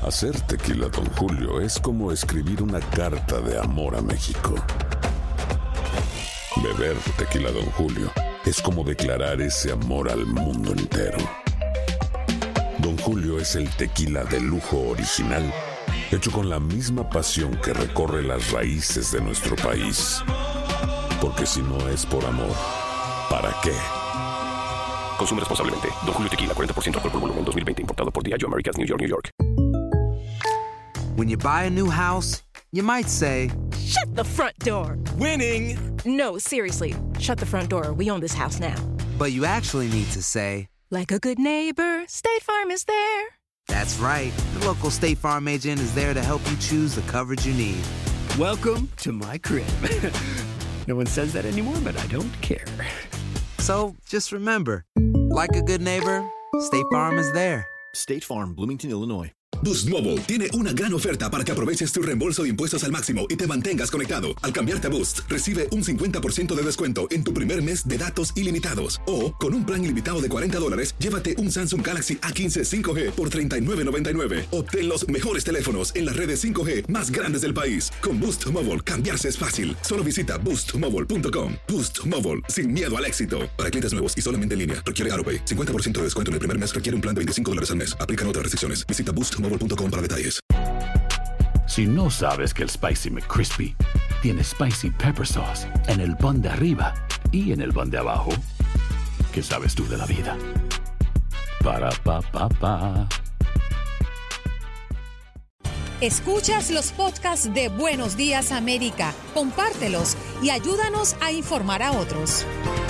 Hacer tequila Don Julio es como escribir una carta de amor a México. Beber tequila Don Julio es como declarar ese amor al mundo entero. Don Julio es el tequila de lujo original, hecho con la misma pasión que recorre las raíces de nuestro país. Porque si no es por amor, ¿para qué? Consume responsablemente. Don Julio Tequila, 40% alcohol por volumen, 2020. Importado por Diageo Americas, New York, New York. When you buy a new house, you might say, "Shut the front door." Winning! No, seriously. Shut the front door. We own this house now. but you actually need to say, like a good neighbor, State Farm is there. That's right. The local State Farm agent is there to help you choose the coverage you need. Welcome to my crib. No one says that anymore, but I don't care. So just remember, like a good neighbor, State Farm is there. State Farm, Bloomington, Illinois. Boost Mobile tiene una gran oferta para que aproveches tu reembolso de impuestos al máximo y te mantengas conectado. Al cambiarte a Boost, recibe un 50% de descuento en tu primer mes de datos ilimitados. O, con un plan ilimitado de $40, llévate un Samsung Galaxy A15 5G por $39.99. Obtén los mejores teléfonos en las redes 5G más grandes del país. Con Boost Mobile, cambiarse es fácil. Solo visita boostmobile.com. Boost Mobile, sin miedo al éxito. Para clientes nuevos y solamente en línea, requiere AroPay. 50% de descuento en el primer mes requiere un plan de $25 al mes. Aplican otras restricciones. Visita boostmobile.com para detalles. Si no sabes que el Spicy McCrispy tiene Spicy Pepper Sauce en el pan de arriba y en el pan de abajo, ¿qué sabes tú de la vida? Para, pa, pa, pa. Escuchas los podcasts de Buenos Días América, compártelos y ayúdanos a informar a otros.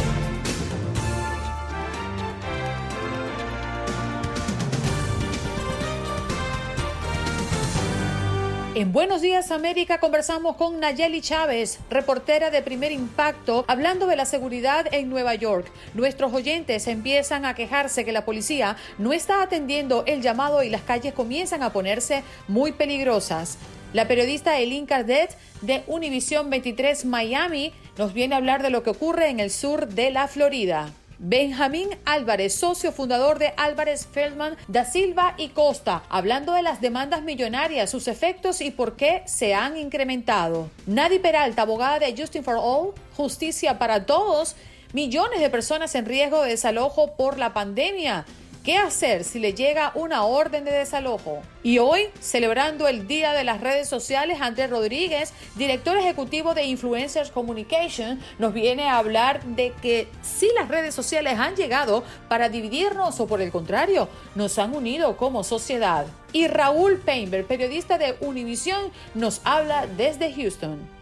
En Buenos Días América conversamos con Nayeli Chávez, reportera de Primer Impacto, hablando de la seguridad en Nueva York. Nuestros oyentes empiezan a quejarse que la policía no está atendiendo el llamado y las calles comienzan a ponerse muy peligrosas. La periodista Eileen Cardet de Univision 23 Miami nos viene a hablar de lo que ocurre en el sur de la Florida. Benjamín Álvarez, socio fundador de Álvarez Feldman da Silva y Costa, hablando de las demandas millonarias, sus efectos y por qué se han incrementado. Nadi Peralta, abogada de Justice for All, Justicia para Todos, millones de personas en riesgo de desalojo por la pandemia. ¿Qué hacer si le llega una orden de desalojo? Y hoy, celebrando el Día de las Redes Sociales, Andrés Rodríguez, director ejecutivo de Influencers Communication, nos viene a hablar de que si las redes sociales han llegado para dividirnos o por el contrario, nos han unido como sociedad. Y Raúl Painberg, periodista de Univision, nos habla desde Houston.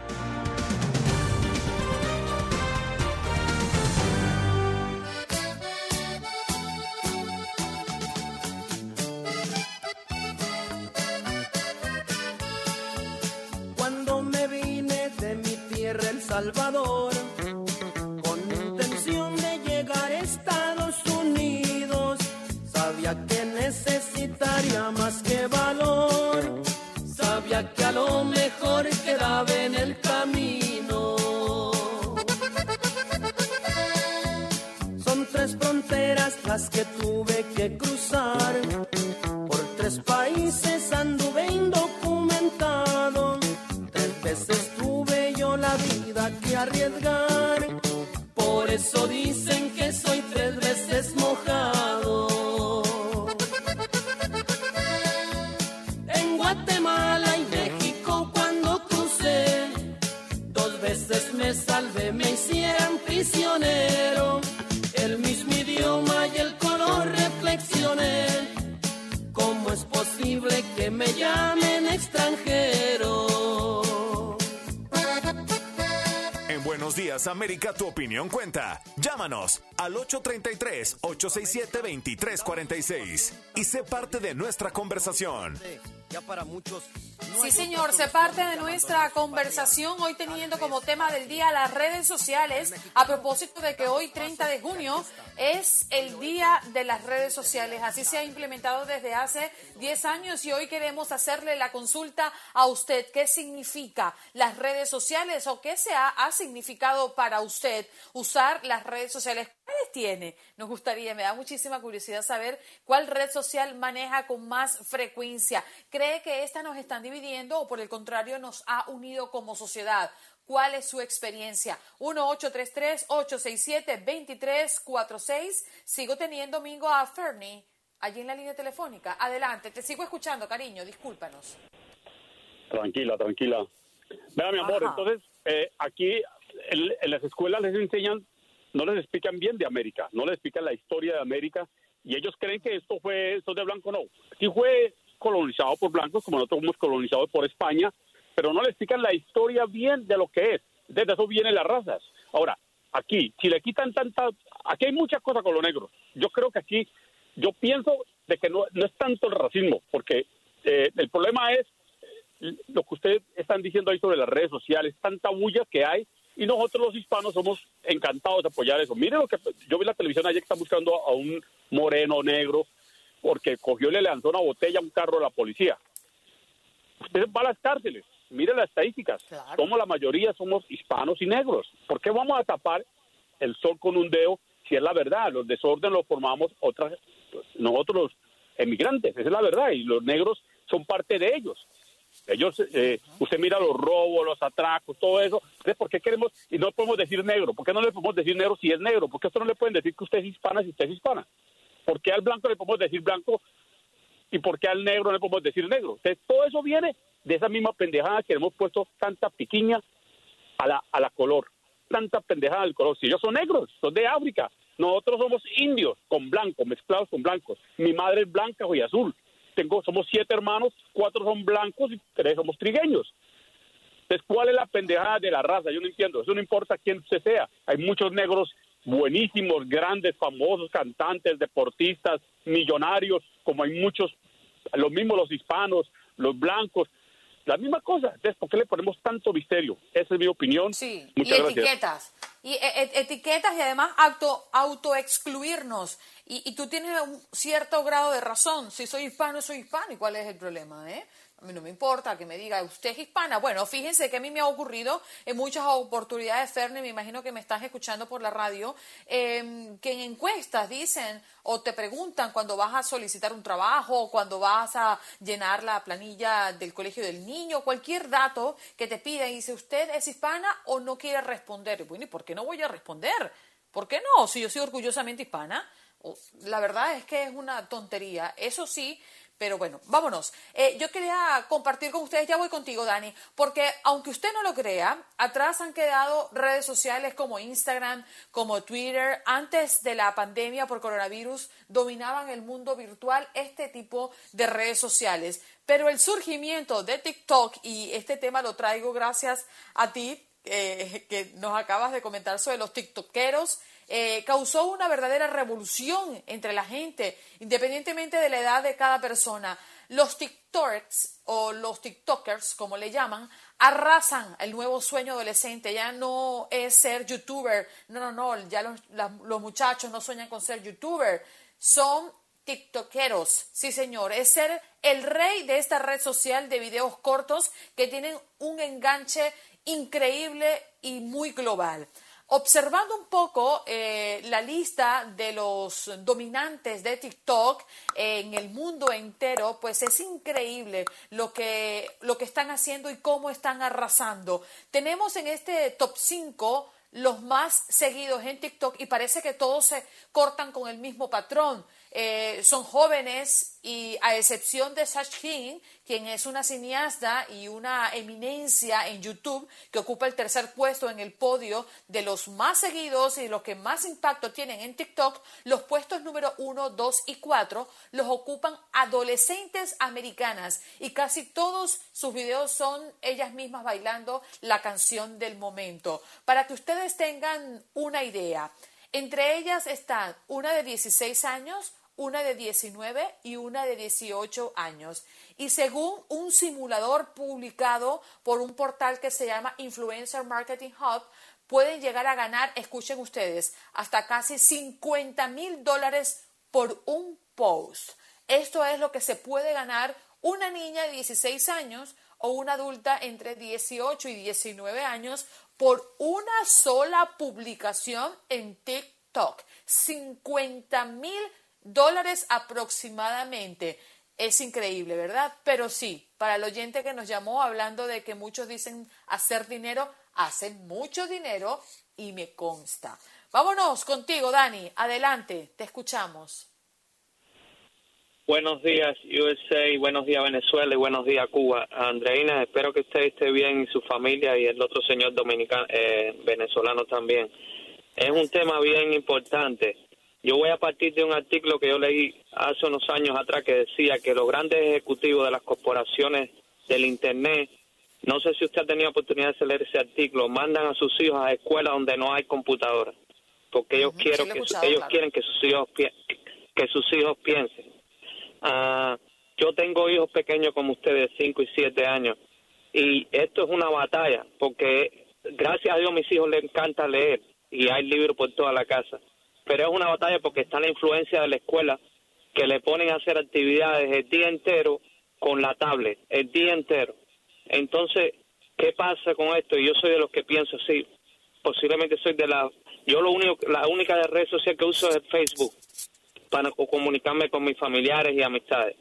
El Salvador, con intención de llegar a Estados Unidos, sabía que necesitaría más que valor, sabía que a lo mejor quedaba en el camino. Son 3 fronteras las que tuve que cruzar, por 3 países anduve indocumentado, 3 veces tuve yo la vida que arriesgar, por eso dicen que soy 3 veces mojado. En Guatemala y México cuando crucé, 2 veces me salvé, me hicieran prisionero, el mismo idioma y el color reflexioné, ¿cómo es posible que me llamen extranjero? En Buenos Días América, tu opinión cuenta. Llámanos al 833-867-2346 y sé parte de nuestra conversación. Ya para muchos Sí, señor, se parte de nuestra conversación hoy teniendo como tema del día las redes sociales, a propósito de que hoy 30 de junio es el día de las redes sociales. Así se ha implementado desde hace 10 años y hoy queremos hacerle la consulta a usted. ¿Qué significa las redes sociales o qué ha significado para usted usar las redes sociales? ¿Cuáles tiene? Nos gustaría, me da muchísima curiosidad saber cuál red social maneja con más frecuencia. ¿Cree que estas nos están dividiendo o por el contrario nos ha unido como sociedad? ¿Cuál es su experiencia? 1-833-867-2346. Sigo teniendo, Domingo, a Fernie allí en la línea telefónica. Adelante, te sigo escuchando, cariño, discúlpanos. Tranquila. Vea, mi amor, entonces, aquí en las escuelas les enseñan, no les explican bien de América, no les explican la historia de América, y ellos creen que esto de blanco, no. Sí fue colonizado por blancos, como nosotros fuimos colonizados por España, pero no le explican la historia bien de lo que es. Desde eso vienen las razas. Ahora, aquí, si le quitan aquí hay muchas cosas con los negros. Yo creo que aquí, yo pienso de que no es tanto el racismo, porque el problema es lo que ustedes están diciendo ahí sobre las redes sociales, tanta bulla que hay, y nosotros los hispanos somos encantados de apoyar eso. Miren lo que yo vi en la televisión ayer, que está buscando a un moreno negro porque cogió y le lanzó una botella a un carro de la policía. Usted va a las cárceles, mire las estadísticas, claro. Somos la mayoría, somos hispanos y negros. ¿Por qué vamos a tapar el sol con un dedo si es la verdad? Los desórdenes los formamos nosotros los emigrantes, esa es la verdad, y los negros son parte de ellos. Usted mira los robos, los atracos, todo eso. Entonces, ¿por qué queremos y no podemos decir negro? ¿Por qué no le podemos decir negro si es negro? ¿Por qué a usted no le pueden decir que usted es hispana si usted es hispana? ¿Por qué al blanco le podemos decir blanco y por qué al negro no le podemos decir negro? Entonces, todo eso viene de esa misma pendejada que le hemos puesto tanta piquiña a la color, tanta pendejada al color. Si ellos son negros, son de África, nosotros somos indios con blancos, mezclados con blancos. Mi madre es blanca y azul. Somos 7 hermanos, 4 son blancos y 3 somos trigueños. Entonces, ¿cuál es la pendejada de la raza? Yo no entiendo. Eso no importa quién usted sea. Hay muchos negros buenísimos, grandes, famosos, cantantes, deportistas, millonarios, como hay muchos, lo mismo los hispanos, los blancos, la misma cosa. Entonces, ¿por qué le ponemos tanto misterio? Esa es mi opinión. Sí, muchas y gracias. etiquetas y además autoexcluirnos. Y tú tienes un cierto grado de razón. Si soy hispano, soy hispano. ¿Y cuál es el problema? A mí no me importa que me diga, usted es hispana. Bueno, fíjense que a mí me ha ocurrido en muchas oportunidades, Fernie, me imagino que me estás escuchando por la radio, que en encuestas dicen o te preguntan cuando vas a solicitar un trabajo, cuando vas a llenar la planilla del colegio del niño, cualquier dato que te piden y dice, ¿usted es hispana o no quiere responder? Bueno, ¿y por qué no voy a responder? ¿Por qué no? Si yo soy orgullosamente hispana. La verdad es que es una tontería, eso sí, pero bueno, vámonos. Yo quería compartir con ustedes, ya voy contigo, Dani, porque aunque usted no lo crea, atrás han quedado redes sociales como Instagram, como Twitter. Antes de la pandemia por coronavirus dominaban el mundo virtual este tipo de redes sociales, pero el surgimiento de TikTok, y este tema lo traigo gracias a ti, que nos acabas de comentar sobre los tiktokeros, causó una verdadera revolución entre la gente, independientemente de la edad de cada persona. Los TikToks o los TikTokers, como le llaman, arrasan el nuevo sueño adolescente. Ya no es ser youtuber, no, ya los muchachos no sueñan con ser youtuber, son tiktokeros, sí señor, es ser el rey de esta red social de videos cortos que tienen un enganche increíble y muy global. Observando un poco la lista de los dominantes de TikTok en el mundo entero, pues es increíble lo que están haciendo y cómo están arrasando. Tenemos en este top 5 los más seguidos en TikTok y parece que todos se cortan con el mismo patrón. Son jóvenes y a excepción de Sashin, quien es una cineasta y una eminencia en YouTube que ocupa el 3er puesto en el podio de los más seguidos y los que más impacto tienen en TikTok, los puestos número 1, 2 y 4 los ocupan adolescentes americanas y casi todos sus videos son ellas mismas bailando la canción del momento. Para que ustedes tengan una idea, entre ellas están una de 16 años, una de 19 y una de 18 años. Y según un simulador publicado por un portal que se llama Influencer Marketing Hub, pueden llegar a ganar, escuchen ustedes, hasta casi $50,000 por un post. Esto es lo que se puede ganar una niña de 16 años o una adulta entre 18 y 19 años por una sola publicación en TikTok. $50,000 aproximadamente. Es increíble, ¿verdad? Pero sí, para el oyente que nos llamó hablando de que muchos dicen hacer dinero, hacen mucho dinero y me consta. Vámonos contigo, Dani. Adelante, te escuchamos. Buenos días, USA, buenos días, Venezuela, y buenos días, Cuba. Andreina, espero que usted esté bien y su familia, y el otro señor dominicano, venezolano también. Es un tema bien importante. Yo voy a partir de un artículo que yo leí hace unos años atrás que decía que los grandes ejecutivos de las corporaciones del Internet, no sé si usted ha tenido oportunidad de leer ese artículo, mandan a sus hijos a escuelas donde no hay computadoras, porque ellos quieren que sus hijos piensen. Yo tengo hijos pequeños como ustedes, 5 y 7 años, y esto es una batalla, porque gracias a Dios a mis hijos les encanta leer y hay libros por toda la casa, pero es una batalla porque está la influencia de la escuela, que le ponen a hacer actividades el día entero con la tablet, el día entero. Entonces, ¿qué pasa con esto? Y yo soy de los que pienso así, posiblemente soy de la única de red social que uso es el Facebook para comunicarme con mis familiares y amistades.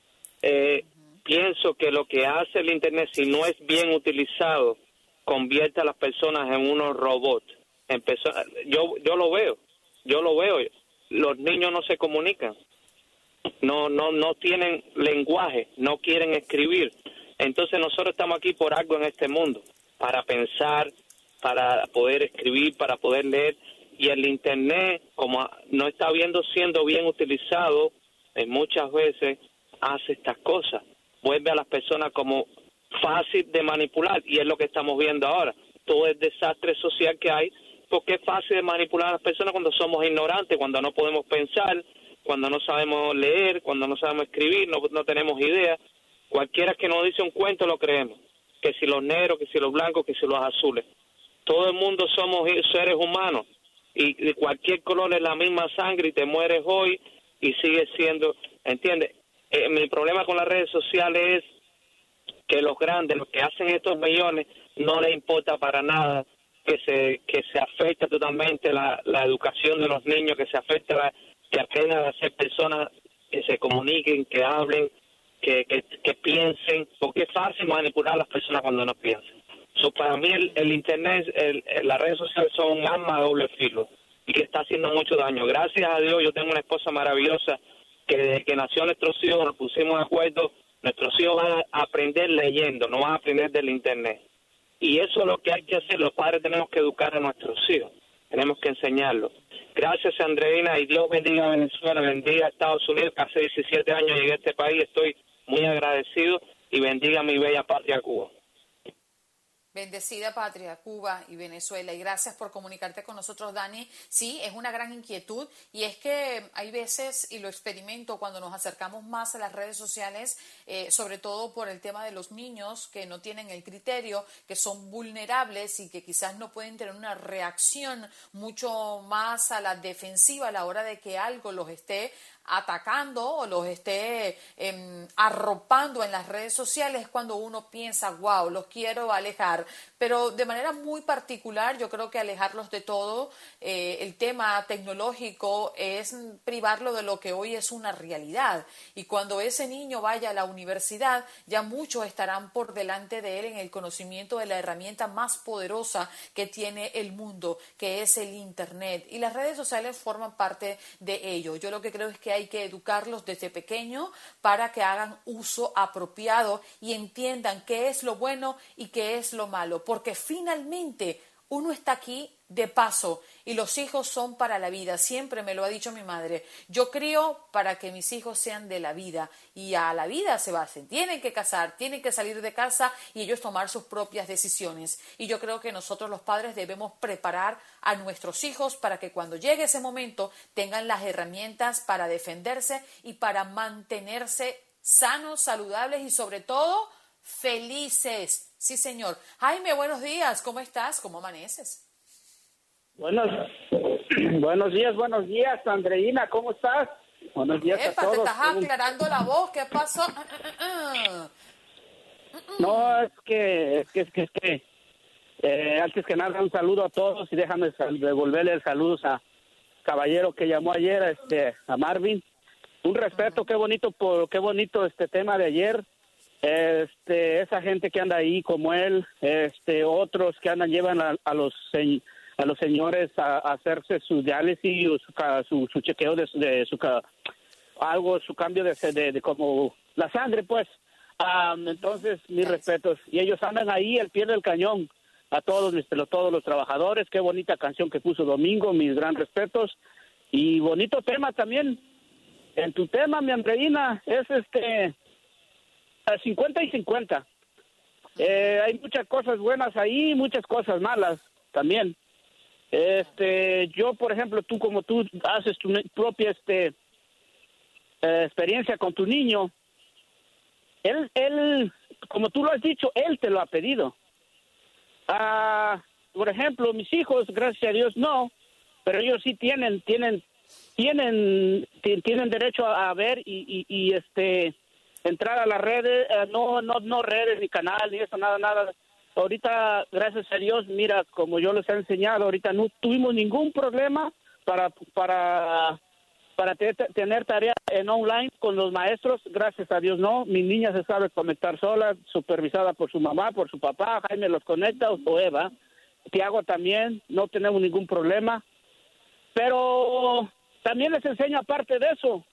Pienso que lo que hace el Internet, si no es bien utilizado, convierte a las personas en unos robots. Yo lo veo. Los niños no se comunican, no tienen lenguaje, no quieren escribir. Entonces nosotros estamos aquí por algo en este mundo, para pensar, para poder escribir, para poder leer. Y el Internet, como no está siendo bien utilizado, muchas veces hace estas cosas. Vuelve a las personas como fácil de manipular, y es lo que estamos viendo ahora. Todo el desastre social que hay, porque es fácil de manipular a las personas cuando somos ignorantes, cuando no podemos pensar, cuando no sabemos leer, cuando no sabemos escribir, no tenemos ideas. Cualquiera que nos dice un cuento lo creemos. Que si los negros, que si los blancos, que si los azules. Todo el mundo somos seres humanos. Y de cualquier color es la misma sangre, y te mueres hoy y sigues siendo, ¿entiendes? Mi problema con las redes sociales es que los grandes, los que hacen estos millones, no les importa para nada que se afecte totalmente la educación de los niños, que se afecte que aprendan a ser personas que se comuniquen, que hablen, que piensen, porque es fácil manipular a las personas cuando no piensan. Para mí el Internet, las redes sociales son un arma de doble filo y que está haciendo mucho daño. Gracias a Dios yo tengo una esposa maravillosa que desde que nació nuestros hijos nos pusimos de acuerdo. Nuestros hijos van a aprender leyendo, no van a aprender del Internet. Y eso es lo que hay que hacer. Los padres tenemos que educar a nuestros hijos, tenemos que enseñarlos. Gracias, Andreina, y Dios bendiga a Venezuela, bendiga a Estados Unidos, que hace 17 años llegué a este país, estoy muy agradecido, y bendiga a mi bella patria Cuba. Bendecida patria, Cuba y Venezuela, y gracias por comunicarte con nosotros, Dani. Sí, es una gran inquietud, y es que hay veces, y lo experimento cuando nos acercamos más a las redes sociales, sobre todo por el tema de los niños que no tienen el criterio, que son vulnerables y que quizás no pueden tener una reacción mucho más a la defensiva a la hora de que algo los esté atacando o los esté arropando en las redes sociales, cuando uno piensa, wow, los quiero alejar, pero de manera muy particular yo creo que alejarlos de todo, el tema tecnológico, es privarlo de lo que hoy es una realidad, y cuando ese niño vaya a la universidad ya muchos estarán por delante de él en el conocimiento de la herramienta más poderosa que tiene el mundo, que es el Internet, y las redes sociales forman parte de ello. Yo lo que creo es que hay que educarlos desde pequeño para que hagan uso apropiado y entiendan qué es lo bueno y qué es lo malo, porque finalmente Uno está aquí de paso y los hijos son para la vida. Siempre me lo ha dicho mi madre. Yo crío para que mis hijos sean de la vida y a la vida se basen. Tienen que casar, tienen que salir de casa y ellos tomar sus propias decisiones. Y yo creo que nosotros los padres debemos preparar a nuestros hijos para que cuando llegue ese momento tengan las herramientas para defenderse y para mantenerse sanos, saludables y sobre todo felices. Sí, señor. Jaime, buenos días. ¿Cómo estás? ¿Cómo amaneces? Buenos días, Andreina. ¿Cómo estás? Buenos días a todos. Te estás aclarando la voz. ¿Qué pasó? No, es que antes que nada un saludo a todos y déjame devolverle el saludo a caballero que llamó ayer, a Marvin. Un respeto, qué bonito este tema de ayer. Esa gente que anda ahí como él, otros que llevan a los señores a hacerse su diálisis o su chequeo de su cambio de como la sangre, pues. Entonces, mis respetos. Y ellos andan ahí al pie del cañón a todos los trabajadores. Qué bonita canción que puso Domingo, mis gran respetos. Y bonito tema también. En tu tema, mi Andreina, es 50 y 50. Hay muchas cosas buenas ahí, muchas cosas malas también. Yo, por ejemplo, tú haces tu propia experiencia con tu niño. Él, como tú lo has dicho, él te lo ha pedido. Por ejemplo, mis hijos, gracias a Dios, no, pero ellos sí tienen derecho a ver y entrar a las redes, no redes ni canal ni eso, nada. Ahorita, gracias a Dios, mira, como yo les he enseñado, ahorita no tuvimos ningún problema para tener tarea en online con los maestros, gracias a Dios no. Mi niña se sabe conectar sola, supervisada por su mamá, por su papá, Jaime los conecta o Eva, Tiago también, no tenemos ningún problema. Pero también les enseño aparte de eso,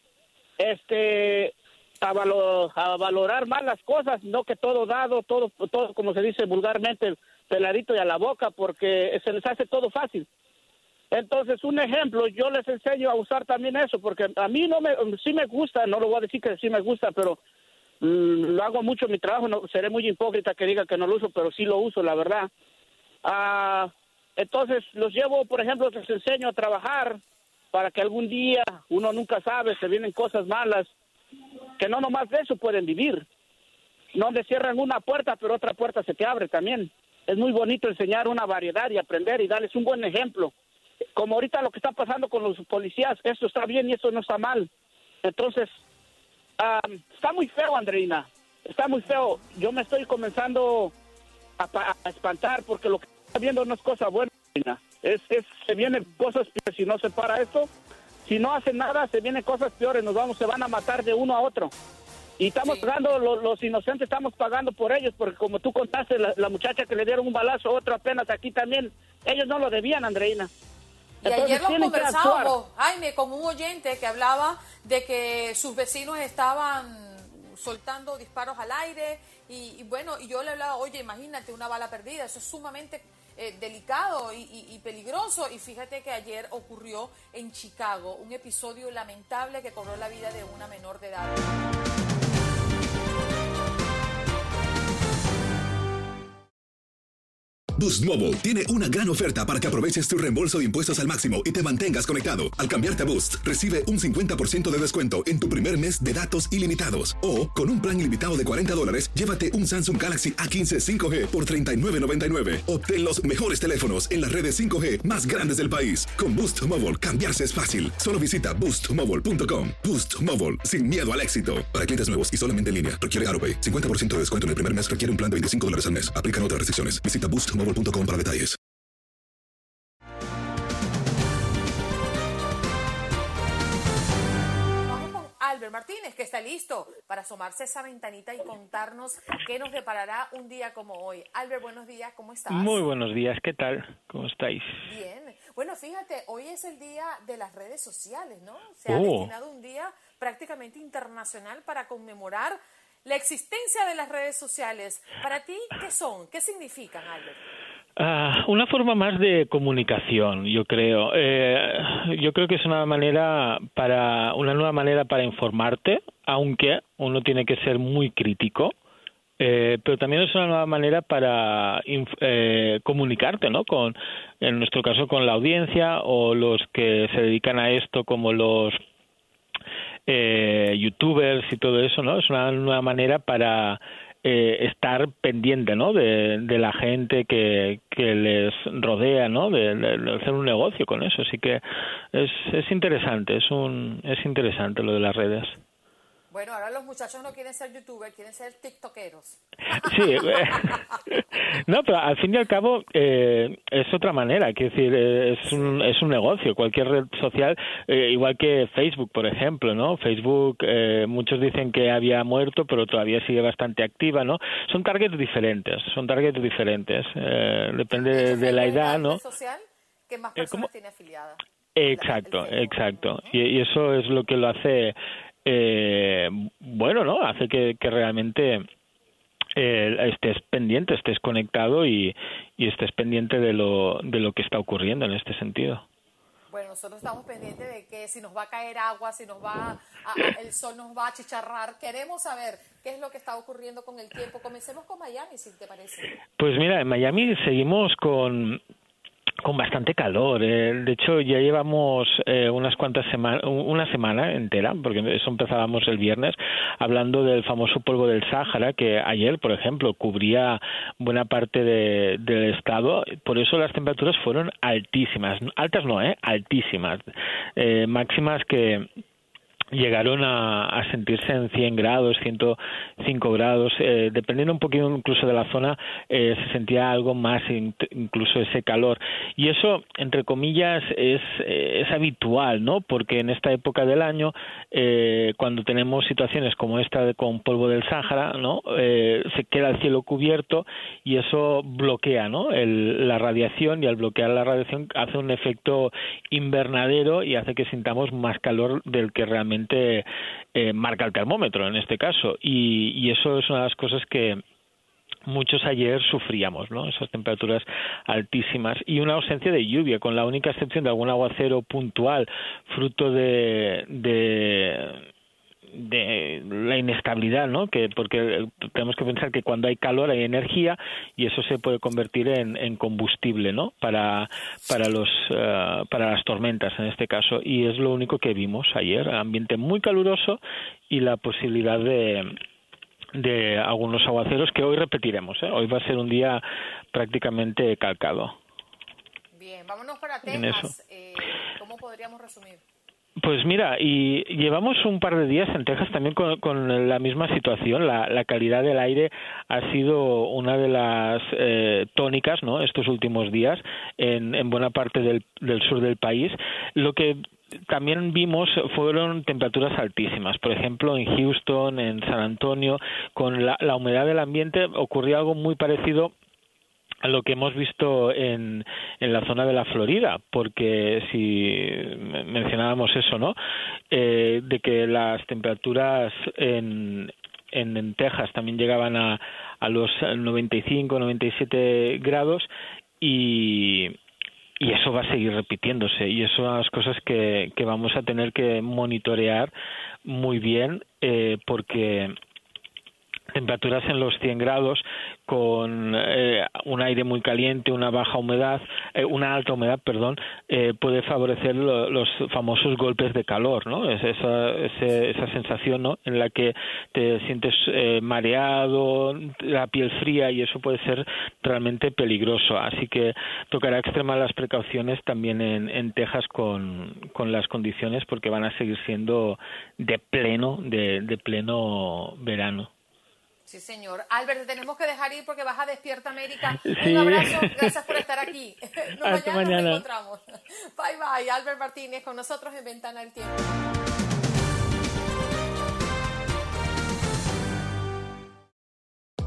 a valorar más las cosas, no que todo dado, todo como se dice vulgarmente, peladito y a la boca, porque se les hace todo fácil. Entonces, un ejemplo, yo les enseño a usar también eso, porque a mí sí me gusta, no lo voy a decir que sí me gusta, pero lo hago mucho en mi trabajo, no, seré muy hipócrita que diga que no lo uso, pero sí lo uso, la verdad. Entonces, los llevo, por ejemplo, les enseño a trabajar para que algún día, uno nunca sabe, se vienen cosas malas, que no nomás de eso pueden vivir. No le cierran una puerta, pero otra puerta se te abre también. Es muy bonito enseñar una variedad y aprender y darles un buen ejemplo. Como ahorita lo que está pasando con los policías, esto está bien y esto no está mal. Entonces, está muy feo, Andreina. Está muy feo. Yo me estoy comenzando a espantar porque lo que está viendo no es cosa buena, Andreina. Se vienen cosas peores si no se para esto. Si no hacen nada, se vienen cosas peores. Se van a matar de uno a otro. Y estamos pagando, los inocentes estamos pagando por ellos, porque como tú contaste, la muchacha que le dieron un balazo, otro apenas aquí también, ellos no lo debían, Andreina. Y ayer lo conversábamos, Jaime, con un oyente que hablaba de que sus vecinos estaban soltando disparos al aire y bueno, y yo le hablaba, oye, imagínate una bala perdida, eso es sumamente delicado y peligroso. Y fíjate que ayer ocurrió en Chicago un episodio lamentable que cobró la vida de una menor de edad. Boost Mobile tiene una gran oferta para que aproveches tu reembolso de impuestos al máximo y te mantengas conectado. Al cambiarte a Boost, recibe un 50% de descuento en tu primer mes de datos ilimitados. O, con un plan ilimitado de $40, llévate un Samsung Galaxy A15 5G por $39.99. Obtén los mejores teléfonos en las redes 5G más grandes del país. Con Boost Mobile, cambiarse es fácil. Solo visita boostmobile.com. Boost Mobile, sin miedo al éxito. Para clientes nuevos y solamente en línea, requiere AutoPay. 50% de descuento en el primer mes requiere un plan de $25 al mes. Aplican otras restricciones. Visita boostmobile.com para detalles. Vamos con Albert Martínez, que está listo para asomarse a esa ventanita y contarnos qué nos deparará un día como hoy. Albert, buenos días, ¿cómo estás? Muy buenos días, ¿qué tal? ¿Cómo estáis? Bien. Bueno, fíjate, hoy es el día de las redes sociales, ¿no? Se ha destinado un día prácticamente internacional para conmemorar la existencia de las redes sociales. Para ti, ¿qué son? ¿Qué significan, Albert? Una forma más de comunicación, yo creo. Yo creo que es una nueva manera para informarte, aunque uno tiene que ser muy crítico. Pero también es una nueva manera para comunicarte, ¿no? En nuestro caso, con la audiencia o los que se dedican a esto, como los youtubers y todo eso, ¿no? Es una nueva manera para estar pendiente, ¿no? De la gente que les rodea, ¿no? De hacer un negocio con eso. Así que es interesante, es interesante lo de las redes. Bueno, ahora los muchachos no quieren ser youtubers, quieren ser tiktokeros. Sí, no, pero al fin y al cabo es otra manera, quiero decir, es un negocio, cualquier red social, igual que Facebook, por ejemplo, ¿no? Facebook, muchos dicen que había muerto, pero todavía sigue bastante activa, ¿no? Son targets diferentes, depende de la edad, ¿no? ¿Es una red social que más personas tiene afiliadas? Exacto. Y eso es lo que lo hace... bueno, ¿no? Hace que realmente estés pendiente, estés conectado y estés pendiente de lo que está ocurriendo en este sentido. Bueno, nosotros estamos pendientes de que si nos va a caer agua, si el sol nos va a achicharrar. Queremos saber qué es lo que está ocurriendo con el tiempo. Comencemos con Miami, si te parece. Pues mira, en Miami seguimos con bastante calor. De hecho, ya llevamos una semana entera, porque eso empezábamos el viernes, hablando del famoso polvo del Sáhara, que ayer, por ejemplo, cubría buena parte del estado. Por eso las temperaturas fueron altísimas. Altas no, altísimas. Máximas que llegaron a sentirse en 100 grados, 105 grados, dependiendo un poquito incluso de la zona, se sentía algo más, incluso ese calor. Y eso, entre comillas, es habitual, ¿no? Porque en esta época del año, cuando tenemos situaciones como esta con polvo del Sáhara, ¿no? Se queda el cielo cubierto y eso bloquea, ¿no? La radiación, y al bloquear la radiación hace un efecto invernadero y hace que sintamos más calor del que realmente marca el termómetro en este caso, y eso es una de las cosas que muchos ayer sufríamos, ¿no? Esas temperaturas altísimas y una ausencia de lluvia, con la única excepción de algún aguacero puntual fruto de la inestabilidad, ¿no? Porque tenemos que pensar que cuando hay calor hay energía y eso se puede convertir en combustible, ¿no? Para las tormentas en este caso, y es lo único que vimos ayer, ambiente muy caluroso y la posibilidad de algunos aguaceros que hoy repetiremos, ¿eh? Hoy va a ser un día prácticamente calcado. Bien, vámonos para Texas. ¿Cómo podríamos resumir? Pues mira, y llevamos un par de días en Texas también con la misma situación. La calidad del aire ha sido una de las tónicas, ¿no? Estos últimos días en buena parte del sur del país. Lo que también vimos fueron temperaturas altísimas. Por ejemplo, en Houston, en San Antonio, con la humedad del ambiente ocurrió algo muy parecido a lo que hemos visto en la zona de la Florida, porque si mencionábamos eso, ¿no? De que las temperaturas en Texas también llegaban a los 95, 97 grados y eso va a seguir repitiéndose, y eso es una de las cosas que vamos a tener que monitorear muy bien, porque temperaturas en los 100 grados con un aire muy caliente, una alta humedad, puede favorecer los famosos golpes de calor, ¿no? Es esa sensación, ¿no? En la que te sientes mareado, la piel fría, y eso puede ser realmente peligroso. Así que tocará extremar las precauciones también en Texas con las condiciones, porque van a seguir siendo de pleno verano. Sí, señor. Albert, te tenemos que dejar ir porque vas a Despierta América. Sí. Un abrazo, gracias por estar aquí. Hasta mañana. Nos encontramos. Bye, bye. Albert Martínez con nosotros en Ventana del Tiempo.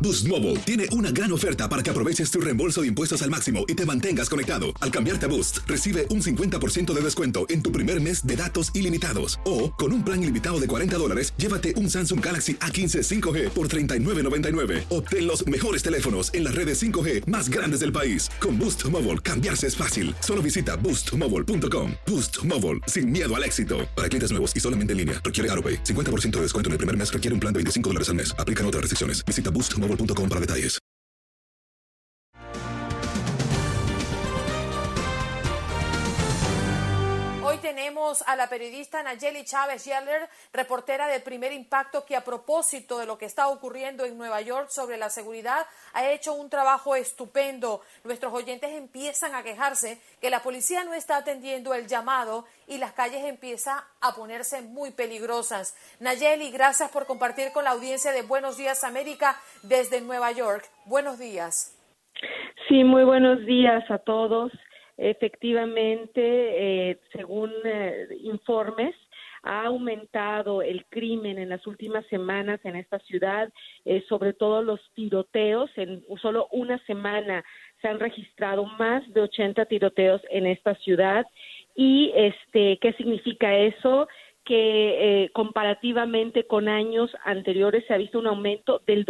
Boost Mobile tiene una gran oferta para que aproveches tu reembolso de impuestos al máximo y te mantengas conectado. Al cambiarte a Boost, recibe un 50% de descuento en tu primer mes de datos ilimitados. O, con un plan ilimitado de $40, llévate un Samsung Galaxy A15 5G por $39.99. Obtén los mejores teléfonos en las redes 5G más grandes del país. Con Boost Mobile, cambiarse es fácil. Solo visita boostmobile.com. Boost Mobile, sin miedo al éxito. Para clientes nuevos y solamente en línea, requiere AutoPay. 50% de descuento en el primer mes requiere un plan de $25 al mes. Aplican otras restricciones. Visita boostmobile.com para detalles. Hoy tenemos a la periodista Nayeli Chávez Yeller, reportera de Primer Impacto, que a propósito de lo que está ocurriendo en Nueva York sobre la seguridad, ha hecho un trabajo estupendo. Nuestros oyentes empiezan a quejarse que la policía no está atendiendo el llamado y las calles empiezan a ponerse muy peligrosas. Nayeli, gracias por compartir con la audiencia de Buenos Días América desde Nueva York. Buenos días. Sí, muy buenos días a todos. Efectivamente, según informes, ha aumentado el crimen en las últimas semanas en esta ciudad, sobre todo los tiroteos. En solo una semana se han registrado más de 80 tiroteos en esta ciudad. ¿Y qué significa eso? Que comparativamente con años anteriores se ha visto un aumento del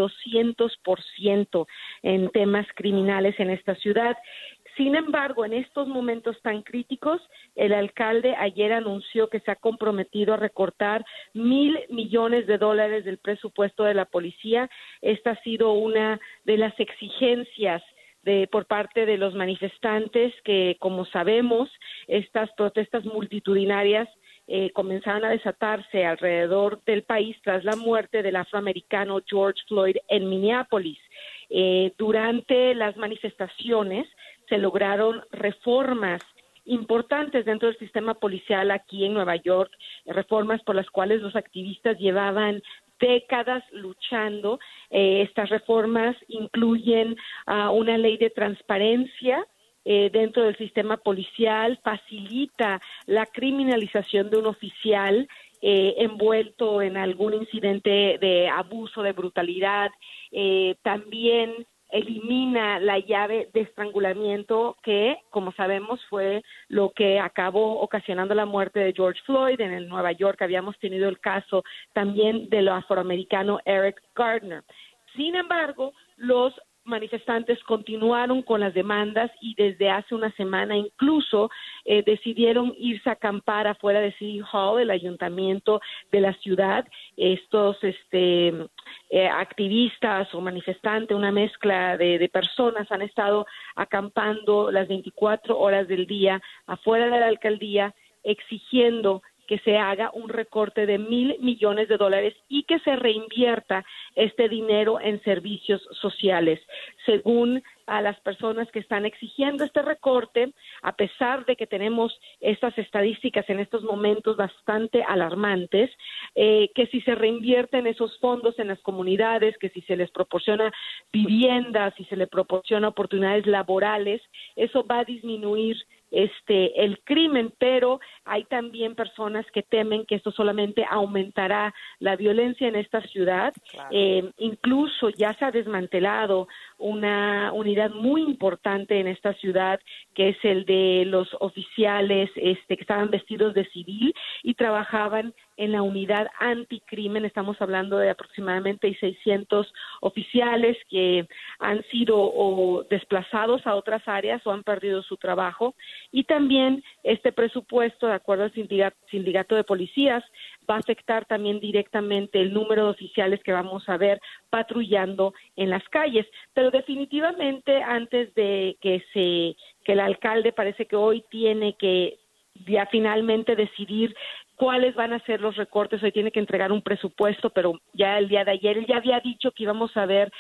200% en temas criminales en esta ciudad. Sin embargo, en estos momentos tan críticos, el alcalde ayer anunció que se ha comprometido a recortar $1,000 millones del presupuesto de la policía. Esta ha sido una de las exigencias por parte de los manifestantes que, como sabemos, estas protestas multitudinarias comenzaron a desatarse alrededor del país tras la muerte del afroamericano George Floyd en Minneapolis. Durante las manifestaciones se lograron reformas importantes dentro del sistema policial aquí en Nueva York, reformas por las cuales los activistas llevaban décadas luchando. Estas reformas incluyen una ley de transparencia dentro del sistema policial, facilita la criminalización de un oficial envuelto en algún incidente de abuso, de brutalidad, también elimina la llave de estrangulamiento que, como sabemos, fue lo que acabó ocasionando la muerte de George Floyd. En Nueva York habíamos tenido el caso también del afroamericano Eric Gardner. Sin embargo, los manifestantes continuaron con las demandas y desde hace una semana incluso decidieron irse a acampar afuera de City Hall, el ayuntamiento de la ciudad. Estos activistas o manifestantes, una mezcla de personas, han estado acampando las 24 horas del día afuera de la alcaldía exigiendo que se haga un recorte de $1,000 millones y que se reinvierta este dinero en servicios sociales. Según a las personas que están exigiendo este recorte, a pesar de que tenemos estas estadísticas en estos momentos bastante alarmantes, que si se reinvierten esos fondos en las comunidades, que si se les proporciona viviendas, si se les proporciona oportunidades laborales, eso va a disminuir el crimen, pero hay también personas que temen que esto solamente aumentará la violencia en esta ciudad. Claro. Incluso ya se ha desmantelado una unidad muy importante en esta ciudad, que es el de los oficiales que estaban vestidos de civil y trabajaban en la unidad anticrimen. Estamos hablando de aproximadamente 600 oficiales que han sido o desplazados a otras áreas o han perdido su trabajo. Y también este presupuesto, de acuerdo al sindicato de policías, va a afectar también directamente el número de oficiales que vamos a ver patrullando en las calles. Pero definitivamente, antes de que el alcalde parece que hoy tiene que ya finalmente decidir cuáles van a ser los recortes. Hoy tiene que entregar un presupuesto, pero ya el día de ayer él ya había dicho que íbamos a ver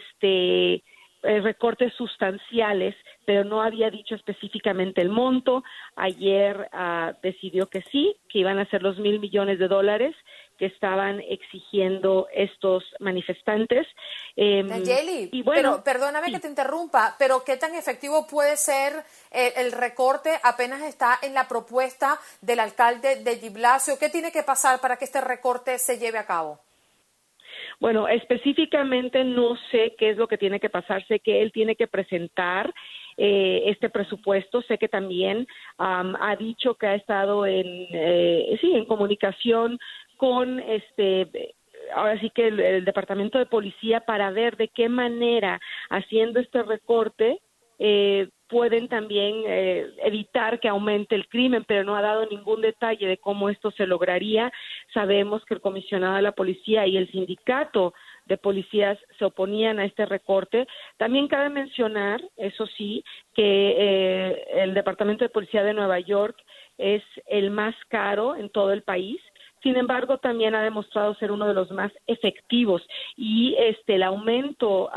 recortes sustanciales, pero no había dicho específicamente el monto. Ayer decidió que sí, que iban a ser los $1,000 millones que estaban exigiendo estos manifestantes. Nayeli, y bueno, pero perdóname que te interrumpa, pero ¿qué tan efectivo puede ser el recorte? Apenas está en la propuesta del alcalde de de Blasio. ¿Qué tiene que pasar para que este recorte se lleve a cabo? Bueno, específicamente no sé qué es lo que tiene que pasar. Sé que él tiene que presentar este presupuesto. Sé que también ha dicho que ha estado en comunicación con ahora sí que el Departamento de Policía para ver de qué manera, haciendo este recorte, pueden también evitar que aumente el crimen, pero no ha dado ningún detalle de cómo esto se lograría. Sabemos que el comisionado de la policía y el sindicato de policías se oponían a este recorte. También cabe mencionar, eso sí, que el Departamento de Policía de Nueva York es el más caro en todo el país. Sin embargo, también ha demostrado ser uno de los más efectivos y el aumento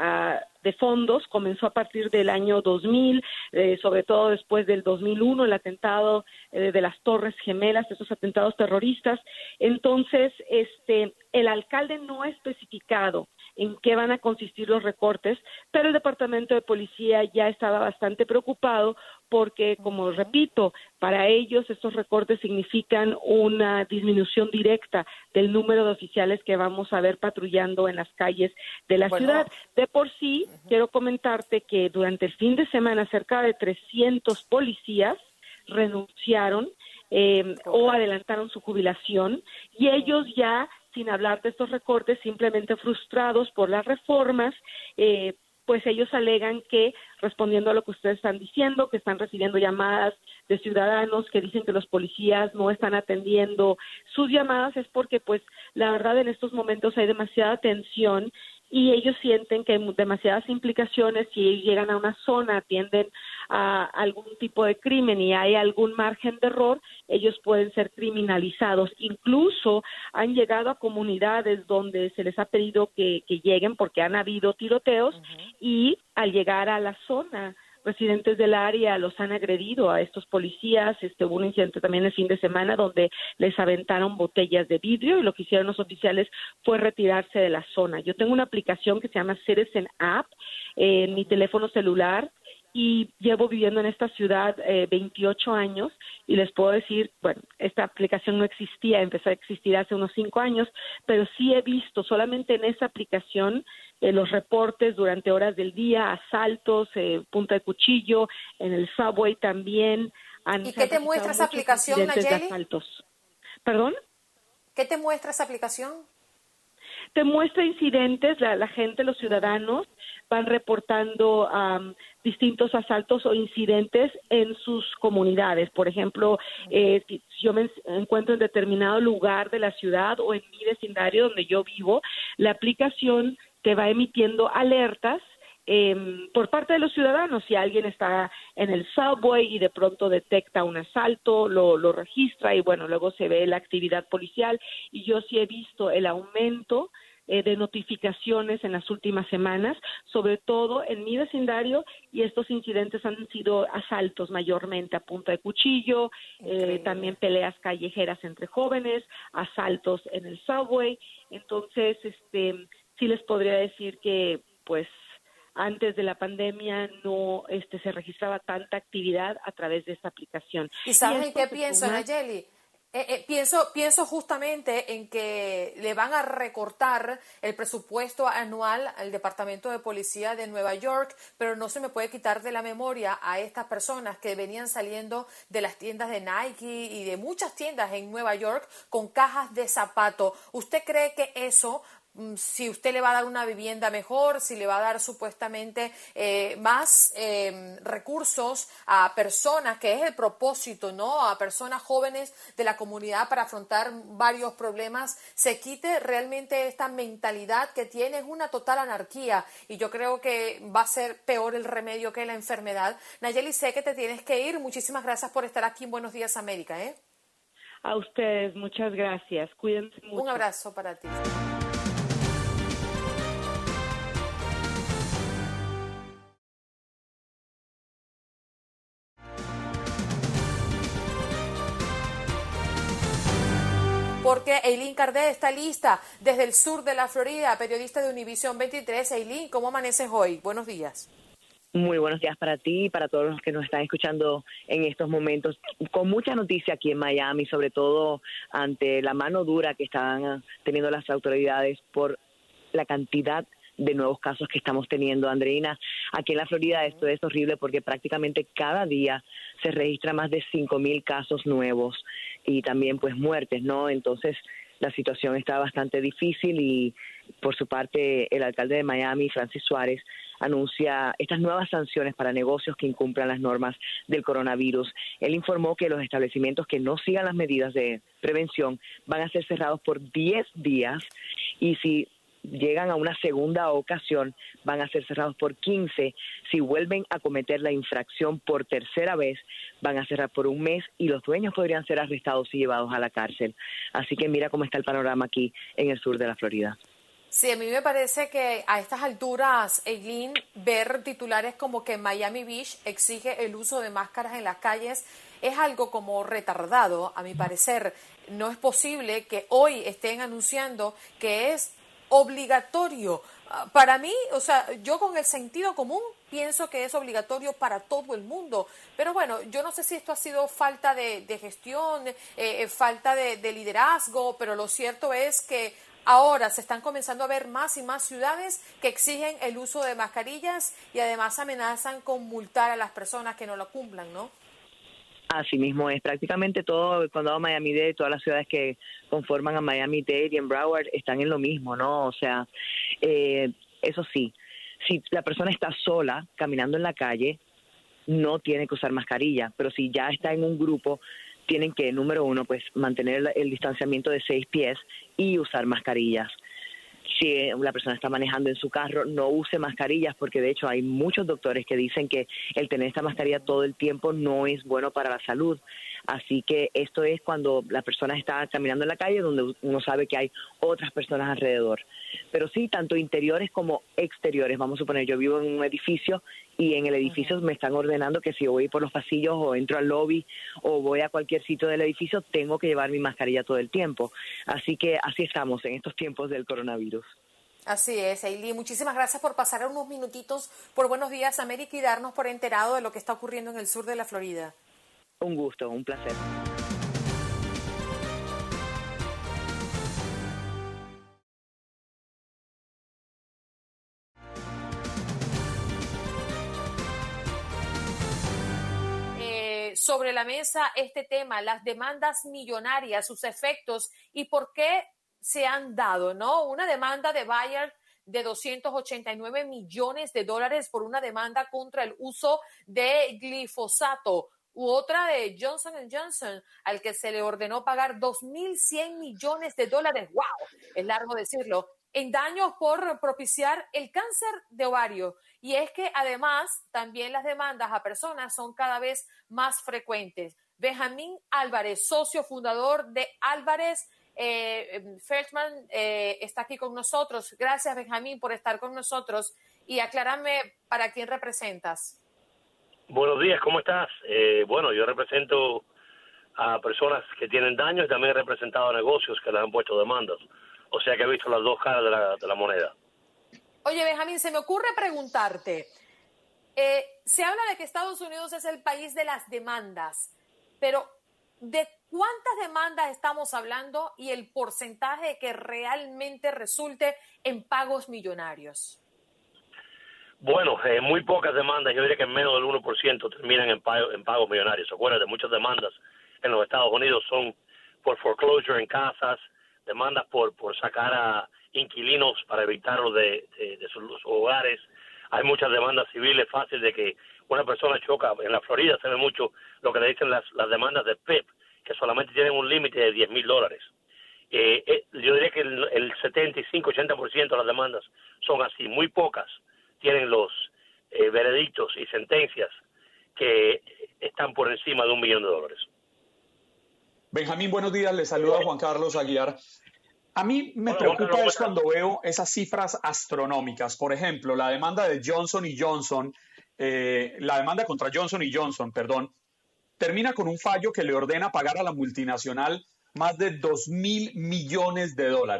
de fondos comenzó a partir del año 2000, sobre todo después del 2001, el atentado de las Torres Gemelas, esos atentados terroristas. Entonces, el alcalde no ha especificado en qué van a consistir los recortes, pero el Departamento de Policía ya estaba bastante preocupado porque, como repito, para ellos estos recortes significan una disminución directa del número de oficiales que vamos a ver patrullando en las calles de la ciudad. De por sí, quiero comentarte que durante el fin de semana cerca de 300 policías renunciaron o adelantaron su jubilación y ellos ya, sin hablar de estos recortes, simplemente frustrados por las reformas, pues ellos alegan que, respondiendo a lo que ustedes están diciendo, que están recibiendo llamadas de ciudadanos que dicen que los policías no están atendiendo sus llamadas, es porque, pues, la verdad en estos momentos hay demasiada tensión y ellos sienten que hay demasiadas implicaciones. Si llegan a una zona, atienden a algún tipo de crimen y hay algún margen de error, ellos pueden ser criminalizados. Incluso han llegado a comunidades donde se les ha pedido que lleguen porque han habido tiroteos y al llegar a la zona, residentes del área los han agredido a estos policías. Hubo un incidente también el fin de semana donde les aventaron botellas de vidrio y lo que hicieron los oficiales fue retirarse de la zona. Yo tengo una aplicación que se llama Citizen App en mi teléfono celular y llevo viviendo en esta ciudad 28 años y les puedo decir, bueno, esta aplicación no existía, empezó a existir hace unos 5 años, pero sí he visto solamente en esa aplicación los reportes durante horas del día, asaltos, punta de cuchillo, en el subway también. ¿Y qué te muestra esa aplicación, Nayeli? ¿Perdón? ¿Qué te muestra esa aplicación? Te muestra incidentes, la gente, los ciudadanos van reportando distintos asaltos o incidentes en sus comunidades. Por ejemplo, si yo me encuentro en determinado lugar de la ciudad o en mi vecindario donde yo vivo, la aplicación te va emitiendo alertas por parte de los ciudadanos. Si alguien está en el subway y de pronto detecta un asalto, lo registra y bueno, luego se ve la actividad policial. Y yo sí he visto el aumento de notificaciones en las últimas semanas, sobre todo en mi vecindario, y estos incidentes han sido asaltos mayormente a punta de cuchillo, también peleas callejeras entre jóvenes, asaltos en el subway. Entonces, sí les podría decir que, pues, antes de la pandemia no se registraba tanta actividad a través de esta aplicación. ¿Y sabes en qué pienso, Nayeli? Pienso justamente en que le van a recortar el presupuesto anual al Departamento de Policía de Nueva York, pero no se me puede quitar de la memoria a estas personas que venían saliendo de las tiendas de Nike y de muchas tiendas en Nueva York con cajas de zapato. ¿Usted cree que eso, si usted le va a dar una vivienda mejor, si le va a dar supuestamente más recursos a personas, que es el propósito, ¿no? A personas jóvenes de la comunidad para afrontar varios problemas, se quite realmente esta mentalidad que tiene? Es una total anarquía y yo creo que va a ser peor el remedio que la enfermedad. Nayeli, sé que te tienes que ir. Muchísimas gracias por estar aquí en Buenos Días América. A ustedes, muchas gracias. Cuídense mucho. Un abrazo para ti. Porque Eileen Cardet está lista desde el sur de la Florida, periodista de Univision 23. Eileen, ¿cómo amaneces hoy? Buenos días. Muy buenos días para ti y para todos los que nos están escuchando en estos momentos. Con mucha noticia aquí en Miami, sobre todo ante la mano dura que están teniendo las autoridades por la cantidad de nuevos casos que estamos teniendo, Andreina. Aquí en la Florida esto es horrible porque prácticamente cada día se registra más de 5,000 casos nuevos y también pues muertes, ¿no? Entonces la situación está bastante difícil y por su parte el alcalde de Miami, Francis Suárez, anuncia estas nuevas sanciones para negocios que incumplan las normas del coronavirus. Él informó que los establecimientos que no sigan las medidas de prevención van a ser cerrados por 10 días y si llegan a una segunda ocasión van a ser cerrados por 15. Si vuelven a cometer la infracción por tercera vez, van a cerrar por un mes y los dueños podrían ser arrestados y llevados a la cárcel. Así que mira cómo está el panorama aquí en el sur de la Florida. Sí, a mí me parece que a estas alturas, Eileen, ver titulares como que Miami Beach exige el uso de máscaras en las calles es algo como retardado, a mi parecer. No es posible que hoy estén anunciando que es obligatorio. Para mí, o sea, yo con el sentido común pienso que es obligatorio para todo el mundo, pero bueno, yo no sé si esto ha sido falta de gestión, falta de liderazgo, pero lo cierto es que ahora se están comenzando a ver más y más ciudades que exigen el uso de mascarillas y además amenazan con multar a las personas que no lo cumplan, ¿no? Así mismo es, prácticamente todo el condado de Miami-Dade, todas las ciudades que conforman a Miami-Dade y en Broward están en lo mismo, ¿no? O sea, eso sí, si la persona está sola caminando en la calle, no tiene que usar mascarilla, pero si ya está en un grupo, tienen que, número uno, pues mantener el distanciamiento de 6 pies y usar mascarillas. Si la persona está manejando en su carro, no use mascarillas porque de hecho hay muchos doctores que dicen que el tener esta mascarilla todo el tiempo no es bueno para la salud. Así que esto es cuando la persona está caminando en la calle donde uno sabe que hay otras personas alrededor. Pero sí, tanto interiores como exteriores. Vamos a suponer, yo vivo en un edificio y en el edificio me están ordenando que si voy por los pasillos o entro al lobby o voy a cualquier sitio del edificio, tengo que llevar mi mascarilla todo el tiempo. Así que así estamos en estos tiempos del coronavirus. Así es, Eileen. Muchísimas gracias por pasar unos minutitos por Buenos Días, América, y darnos por enterado de lo que está ocurriendo en el sur de la Florida. Un gusto, un placer. Sobre la mesa este tema, las demandas millonarias, sus efectos y por qué se han dado, ¿no? Una demanda de Bayer de $289 millones por una demanda contra el uso de glifosato, u otra de Johnson & Johnson, al que se le ordenó pagar $2.100 millones. ¡Wow! Es largo decirlo. En daños por propiciar el cáncer de ovario. Y es que además también las demandas a personas son cada vez más frecuentes. Benjamín Álvarez, socio fundador de Álvarez Feldman, está aquí con nosotros. Gracias, Benjamín, por estar con nosotros. Y aclárame para quién representas. Buenos días, ¿cómo estás? Bueno, yo represento a personas que tienen daños y también he representado a negocios que les han puesto demandas. O sea que he visto las dos caras de la moneda. Oye, Benjamín, se me ocurre preguntarte. Se habla de que Estados Unidos es el país de las demandas, pero ¿de cuántas demandas estamos hablando y el porcentaje que realmente resulte en pagos millonarios? Bueno, muy pocas demandas, yo diría que menos del 1% terminan en pagos millonarios. Acuérdate, muchas demandas en los Estados Unidos son por foreclosure en casas, demandas por sacar a inquilinos para evitarlos de sus hogares. Hay muchas demandas civiles fáciles de que una persona choca. En la Florida se ve mucho lo que le dicen las demandas de PIP, que solamente tienen un límite de $10,000. Yo diría que el 75-80% de las demandas son así. Muy pocas tienen los veredictos y sentencias que están por encima de $1 millón. Benjamín, buenos días. Le saluda Juan Carlos Aguiar. A mí me preocupa es cuando veo esas cifras astronómicas. Por ejemplo, la demanda de Johnson & Johnson, la demanda contra Johnson & Johnson, termina con un fallo que le ordena pagar a la multinacional más de $2,000 millones.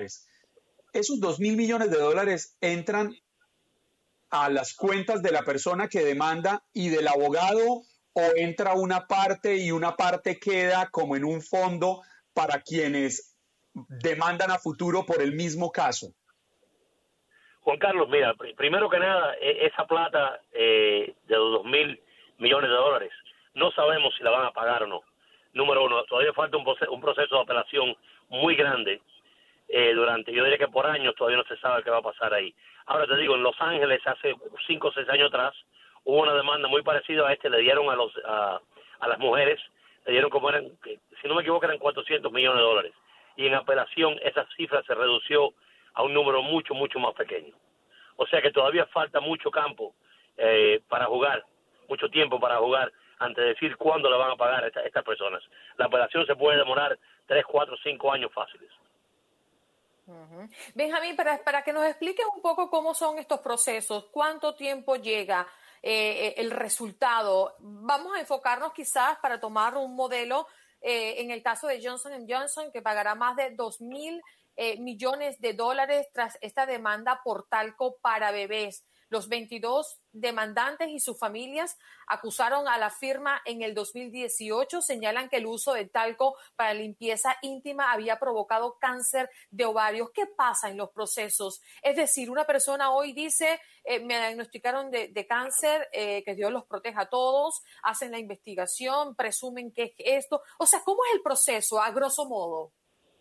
Esos $2,000 millones entran a las cuentas de la persona que demanda y del abogado, o entra una parte y una parte queda como en un fondo para quienes demandan a futuro por el mismo caso. Juan Carlos, mira, primero que nada, esa plata de los $2,000 millones, no sabemos si la van a pagar o no. Número uno, todavía falta un proceso de apelación muy grande. Yo diría que por años todavía no se sabe qué va a pasar ahí. Ahora te digo, en Los Ángeles hace 5 o 6 años atrás hubo una demanda muy parecida a le dieron a las mujeres, le dieron como eran, si no me equivoco, eran $400 millones. Y en apelación esa cifra se redució a un número mucho, mucho más pequeño. O sea que todavía falta mucho campo para jugar, mucho tiempo para jugar antes de decir cuándo le van a pagar a estas personas. La apelación se puede demorar 3, 4, 5 años fáciles. Benjamín, para que nos expliques un poco cómo son estos procesos, cuánto tiempo llega el resultado. Vamos a enfocarnos quizás para tomar un modelo en el caso de Johnson & Johnson, que pagará más de $2,000 millones tras esta demanda por talco para bebés. Los 22 demandantes y sus familias acusaron a la firma en el 2018, señalan que el uso de talco para limpieza íntima había provocado cáncer de ovarios. ¿Qué pasa en los procesos? Es decir, una persona hoy dice, me diagnosticaron de cáncer, que Dios los proteja a todos, hacen la investigación, presumen que es esto. O sea, ¿cómo es el proceso, a grosso modo?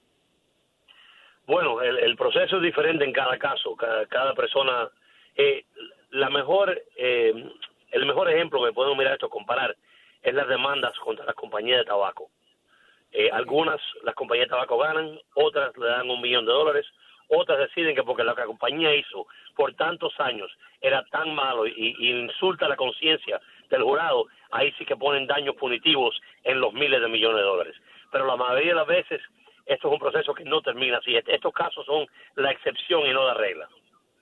Bueno, el proceso es diferente en cada caso. Cada persona... el mejor ejemplo que podemos mirar esto, comparar, es las demandas contra las compañías de tabaco. Algunas, las compañías de tabaco ganan, otras le dan $1 millón, otras deciden que porque lo que la compañía hizo por tantos años era tan malo y insulta la conciencia del jurado, ahí sí que ponen daños punitivos en los miles de millones de dólares. Pero la mayoría de las veces esto es un proceso que no termina así. Estos casos son la excepción y no la regla.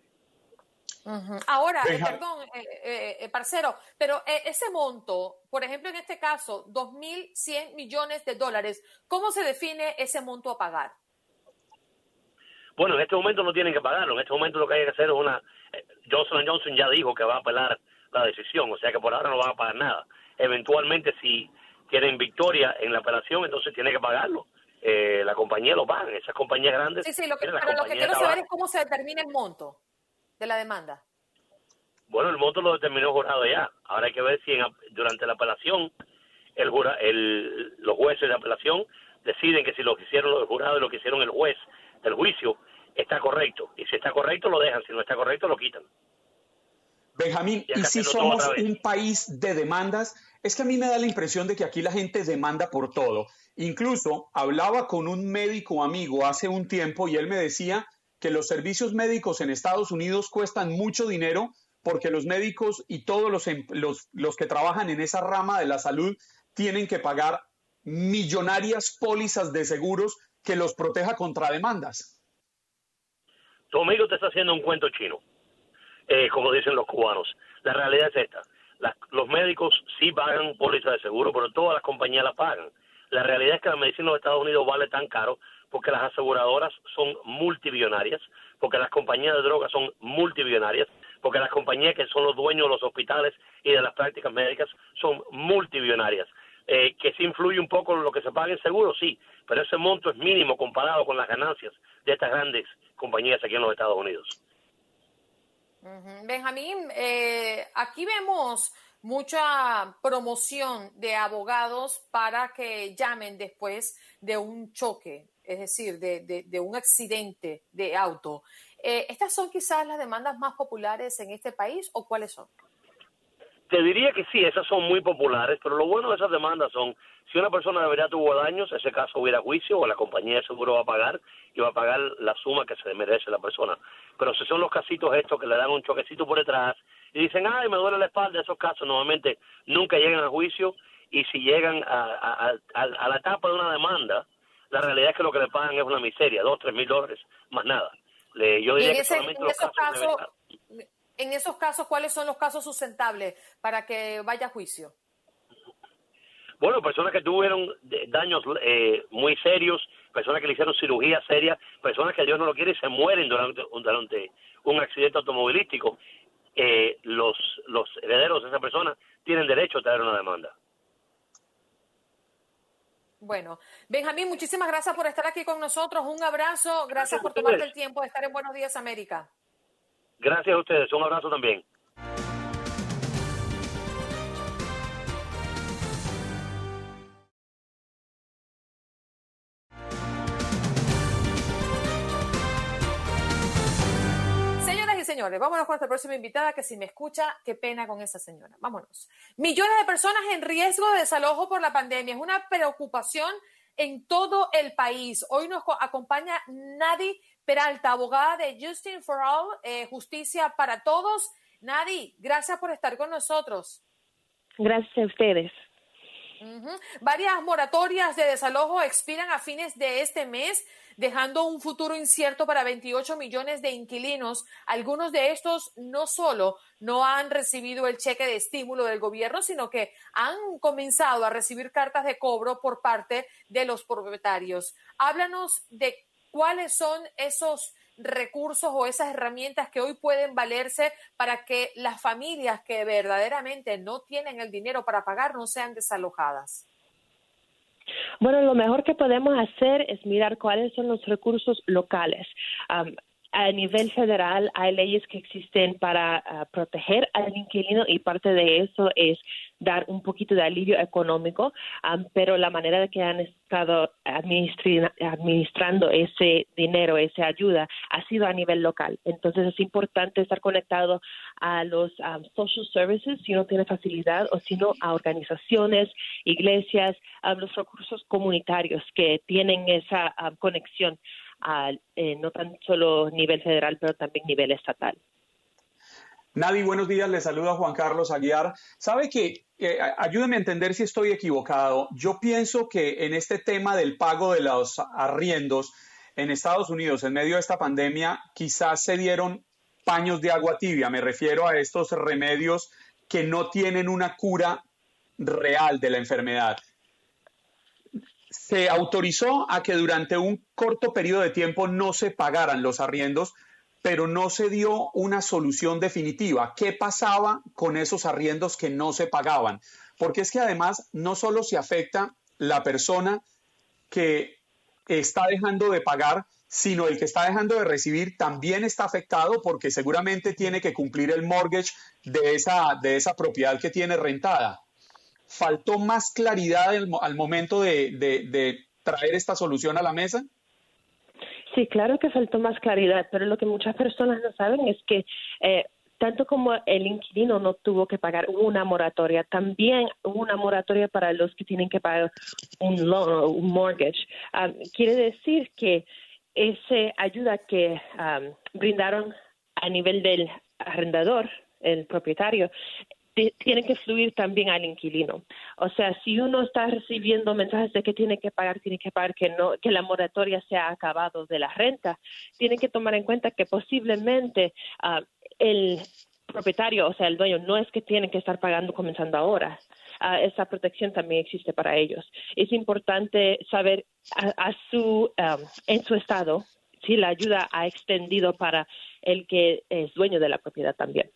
Ahora, parcero, pero ese monto, por ejemplo, en este caso, $2,100 millones, ¿cómo se define ese monto a pagar? Bueno, en este momento no tienen que pagarlo. En este momento lo que hay que hacer es Johnson & Johnson ya dijo que va a apelar la decisión, o sea que por ahora no van a pagar nada. Eventualmente, si tienen victoria en la apelación, entonces tiene que pagarlo. La compañía lo paga, esas compañías grandes. Sí, pero lo que quiero saber es cómo se determina el monto de la demanda. Bueno, el monto lo determinó el jurado ya. Ahora hay que ver si durante la apelación los jueces de apelación deciden que si lo que hicieron los jurados y lo que hicieron el juez del juicio está correcto. Y si está correcto lo dejan, si no está correcto lo quitan. Benjamín, y si somos un país de demandas, es que a mí me da la impresión de que aquí la gente demanda por todo. Incluso hablaba con un médico amigo hace un tiempo y él me decía que los servicios médicos en Estados Unidos cuestan mucho dinero porque los médicos y todos los que trabajan en esa rama de la salud tienen que pagar millonarias pólizas de seguros que los proteja contra demandas. Tu amigo te está haciendo un cuento chino, como dicen los cubanos. La realidad es esta. Los médicos sí pagan pólizas de seguro, pero todas las compañías la pagan. La realidad es que la medicina en los Estados Unidos vale tan caro porque las aseguradoras son multimillonarias, porque las compañías de drogas son multimillonarias, porque las compañías que son los dueños de los hospitales y de las prácticas médicas son multimillonarias. Que sí influye un poco en lo que se paga en seguro, sí, pero ese monto es mínimo comparado con las ganancias de estas grandes compañías aquí en los Estados Unidos. Benjamín, aquí vemos mucha promoción de abogados para que llamen después de un choque, es decir, de un accidente de auto. ¿Estas son quizás las demandas más populares en este país o cuáles son? Te diría que sí, esas son muy populares, pero lo bueno de esas demandas son, si una persona de verdad tuvo daños, ese caso hubiera juicio o la compañía de seguro va a pagar y va a pagar la suma que se merece la persona. Pero si son los casitos estos que le dan un choquecito por detrás y dicen, ay, me duele la espalda, esos casos normalmente nunca llegan a juicio y si llegan a la etapa de una demanda, la realidad es que lo que le pagan es una miseria, $2,000, $3,000, más nada. Yo diría que solamente los casos en esos casos, ¿cuáles son los casos sustentables para que vaya a juicio? Bueno, personas que tuvieron daños muy serios, personas que le hicieron cirugía seria, personas que Dios no lo quiere y se mueren durante un accidente automovilístico. Los herederos de esa persona tienen derecho a traer una demanda. Bueno, Benjamín, muchísimas gracias por estar aquí con nosotros. Un abrazo. Gracias por tomarte el tiempo de estar en Buenos Días, América. Gracias a ustedes. Un abrazo también. Señores, vámonos con nuestra próxima invitada, que si me escucha, qué pena con esa señora. Vámonos. Millones de personas en riesgo de desalojo por la pandemia. Es una preocupación en todo el país. Hoy nos acompaña Nadi Peralta, abogada de Justice for All, Justicia para Todos. Nadi, gracias por estar con nosotros. Gracias a ustedes. Varias moratorias de desalojo expiran a fines de este mes, dejando un futuro incierto para 28 millones de inquilinos. Algunos de estos no solo no han recibido el cheque de estímulo del gobierno, sino que han comenzado a recibir cartas de cobro por parte de los propietarios. Háblanos de cuáles son esos recursos o esas herramientas que hoy pueden valerse para que las familias que verdaderamente no tienen el dinero para pagar no sean desalojadas. Bueno, lo mejor que podemos hacer es mirar cuáles son los recursos locales. A nivel federal hay leyes que existen para proteger al inquilino y parte de eso es dar un poquito de alivio económico, pero la manera de que han estado administrando ese dinero, esa ayuda, ha sido a nivel local. Entonces es importante estar conectado a los social services si uno tiene facilidad, o si no a organizaciones, iglesias, los recursos comunitarios que tienen esa conexión no tan solo nivel federal, pero también nivel estatal. Nadi, buenos días, le saluda Juan Carlos Aguiar. Sabe que, ayúdeme a entender si estoy equivocado, yo pienso que en este tema del pago de los arriendos en Estados Unidos en medio de esta pandemia, quizás se dieron paños de agua tibia. Me refiero a estos remedios que no tienen una cura real de la enfermedad. Se autorizó a que durante un corto periodo de tiempo no se pagaran los arriendos, pero no se dio una solución definitiva. ¿Qué pasaba con esos arriendos que no se pagaban? Porque es que además no solo se afecta la persona que está dejando de pagar, sino el que está dejando de recibir también está afectado, porque seguramente tiene que cumplir el mortgage de esa propiedad que tiene rentada. ¿Faltó más claridad al momento de traer esta solución a la mesa? Sí, claro que faltó más claridad, pero lo que muchas personas no saben es que tanto como el inquilino no tuvo que pagar una moratoria, también hubo una moratoria para los que tienen que pagar un loan, un mortgage. Quiere decir que esa ayuda que brindaron a nivel del arrendador, el propietario, tiene que fluir también al inquilino. O sea, si uno está recibiendo mensajes de que tiene que pagar que la moratoria se ha acabado de la renta, tiene que tomar en cuenta que posiblemente el propietario, o sea, el dueño, no es que tiene que estar pagando comenzando ahora. Esa protección también existe para ellos. Es importante saber en su estado si la ayuda ha extendido para el que es dueño de la propiedad también.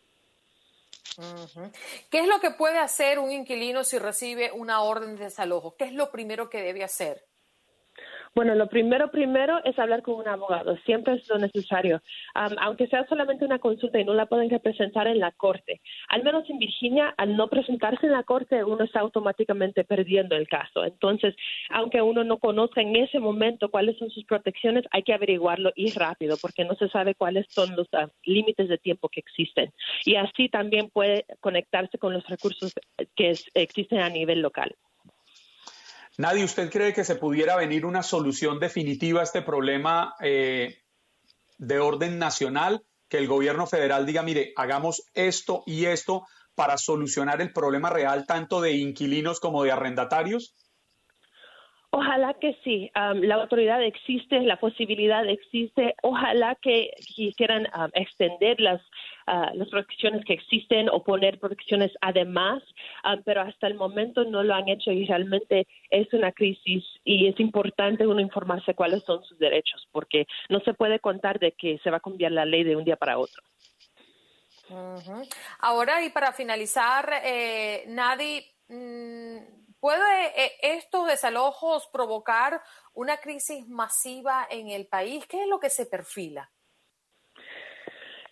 ¿Qué es lo que puede hacer un inquilino si recibe una orden de desalojo? ¿Qué es lo primero que debe hacer? Bueno, lo primero es hablar con un abogado. Siempre es lo necesario. Aunque sea solamente una consulta y no la pueden representar en la corte. Al menos en Virginia, al no presentarse en la corte, uno está automáticamente perdiendo el caso. Entonces, aunque uno no conozca en ese momento cuáles son sus protecciones, hay que averiguarlo y rápido, porque no se sabe cuáles son los límites de tiempo que existen. Y así también puede conectarse con los recursos que existen a nivel local. Nadi, ¿usted cree que se pudiera venir una solución definitiva a este problema de orden nacional? Que el gobierno federal diga, mire, hagamos esto y esto para solucionar el problema real tanto de inquilinos como de arrendatarios. Ojalá que sí. La autoridad existe, la posibilidad existe. Ojalá que quisieran extender las protecciones que existen o poner protecciones además, pero hasta el momento no lo han hecho y realmente es una crisis y es importante uno informarse cuáles son sus derechos, porque no se puede contar de que se va a cambiar la ley de un día para otro. Ahora, y para finalizar, Nadi, ¿puede estos desalojos provocar una crisis masiva en el país? ¿Qué es lo que se perfila?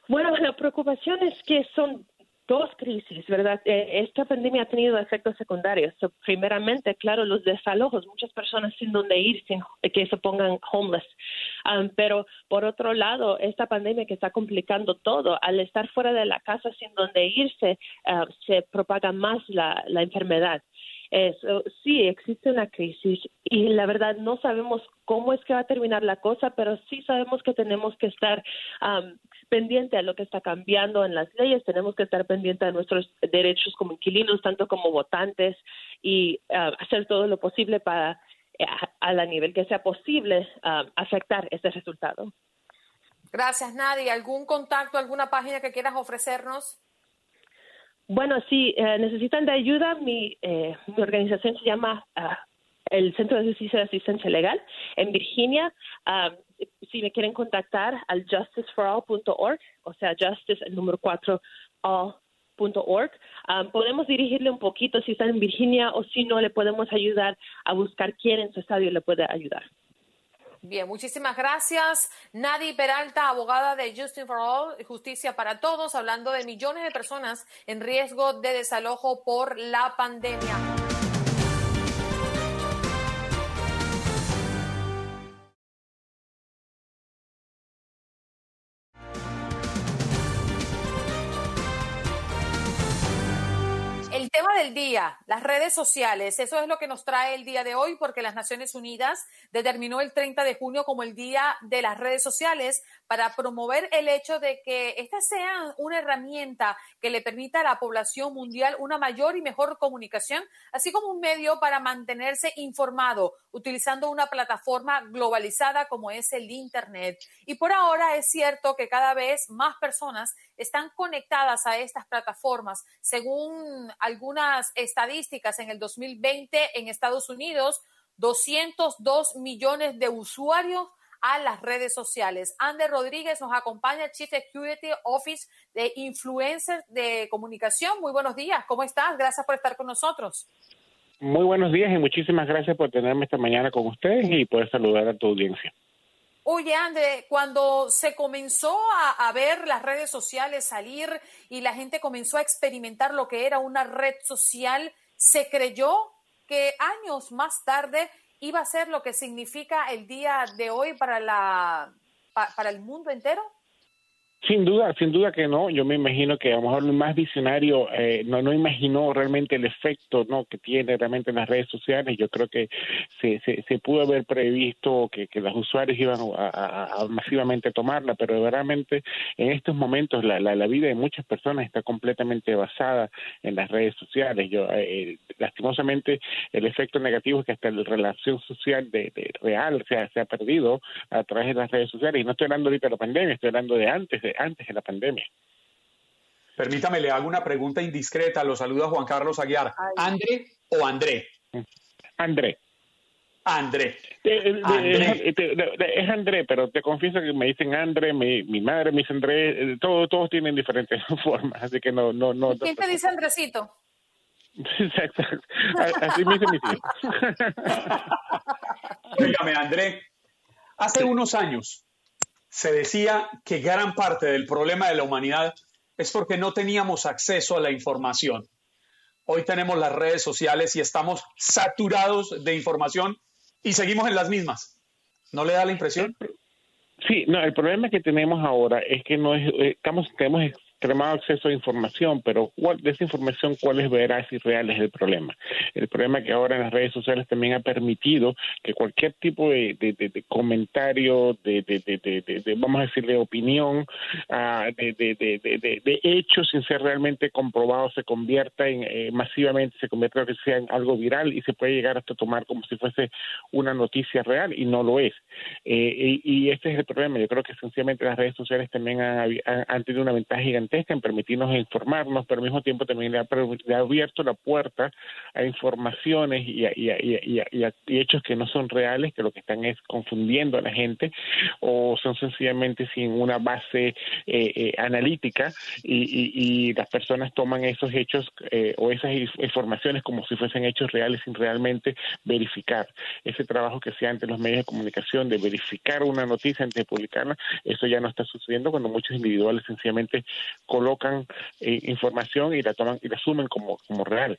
Bueno, la preocupación es que son dos crisis, ¿verdad? Esta pandemia ha tenido efectos secundarios. Primeramente, claro, los desalojos, muchas personas sin dónde ir, sin que se pongan homeless. Pero, por otro lado, esta pandemia que está complicando todo, al estar fuera de la casa sin dónde irse, se propaga más la enfermedad. Sí, existe una crisis y la verdad no sabemos cómo es que va a terminar la cosa, pero sí sabemos que tenemos que estar pendiente a lo que está cambiando en las leyes, tenemos que estar pendiente a nuestros derechos como inquilinos, tanto como votantes, y hacer todo lo posible para, a la nivel que sea posible, afectar este resultado. Gracias, Nadia. ¿Algún contacto, alguna página que quieras ofrecernos? Bueno, si necesitan de ayuda, mi organización se llama el Centro de Justicia y Asistencia Legal en Virginia. Si me quieren contactar al justiceforall.org, o sea, justice, el número 4, all.org. Podemos dirigirle un poquito si está en Virginia o si no, le podemos ayudar a buscar quién en su estadio le puede ayudar. Bien, muchísimas gracias. Nadi Peralta, abogada de Justice for All, Justicia para Todos, hablando de millones de personas en riesgo de desalojo por la pandemia. El tema del día, las redes sociales, eso es lo que nos trae el día de hoy porque las Naciones Unidas determinó el 30 de junio como el Día de las Redes Sociales para promover el hecho de que estas sean una herramienta que le permita a la población mundial una mayor y mejor comunicación, así como un medio para mantenerse informado utilizando una plataforma globalizada como es el Internet. Y por ahora es cierto que cada vez más personas están conectadas a estas plataformas. Según algunas estadísticas, en el 2020 en Estados Unidos, 202 millones de usuarios a las redes sociales. Ander Rodríguez nos acompaña, Chief Executive Office de Influencers de Comunicación. Muy buenos días, ¿cómo estás? Gracias por estar con nosotros. Muy buenos días y muchísimas gracias por tenerme esta mañana con ustedes y poder saludar a tu audiencia. Oye, André, cuando se comenzó a ver las redes sociales salir y la gente comenzó a experimentar lo que era una red social, se creyó que años más tarde iba a ser lo que significa el día de hoy para el mundo entero. Sin duda que no. Yo me imagino que a lo mejor el más visionario no imaginó realmente el efecto, ¿no?, que tiene realmente en las redes sociales. Yo creo que se pudo haber previsto que los usuarios iban a masivamente tomarla, pero realmente en estos momentos la vida de muchas personas está completamente basada en las redes sociales. Lastimosamente el efecto negativo es que hasta la relación social de real se ha perdido a través de las redes sociales. Y no estoy hablando ahorita de la pandemia, estoy hablando de antes de la pandemia. Permítame, le hago una pregunta indiscreta. Lo saluda Juan Carlos Aguiar. ¿André o André? André. André. Es André, pero te confieso que me dicen André, mi madre me dice André, todos tienen diferentes formas, así que no. ¿Quién te dice Andresito? Exacto. Así me dicen mis hijos. Óigame, André, hace unos años se decía que gran parte del problema de la humanidad es porque no teníamos acceso a la información. Hoy tenemos las redes sociales y estamos saturados de información y seguimos en las mismas. ¿No le da la impresión? Sí, no, el problema que tenemos ahora es que tenemos extremado acceso a información, pero de esa información, ¿cuál es veraz y real? Es el problema. El problema es que ahora en las redes sociales también ha permitido que cualquier tipo de comentario, vamos a decirle opinión, de hechos sin ser realmente comprobado, se convierta masivamente, se convierta en que sea algo viral y se puede llegar hasta tomar como si fuese una noticia real y no lo es. Y este es el problema. Yo creo que sencillamente las redes sociales también han tenido una ventaja gigantesca gigantesca en permitirnos informarnos, pero al mismo tiempo también le ha abierto la puerta a informaciones y hechos que no son reales, que lo que están es confundiendo a la gente o son sencillamente sin una base analítica y las personas toman esos hechos o esas informaciones como si fuesen hechos reales sin realmente verificar. Ese trabajo que se hace ante los medios de comunicación de verificar una noticia antes de publicarla, eso ya no está sucediendo cuando muchos individuales sencillamente colocan información y la toman y la asumen como real.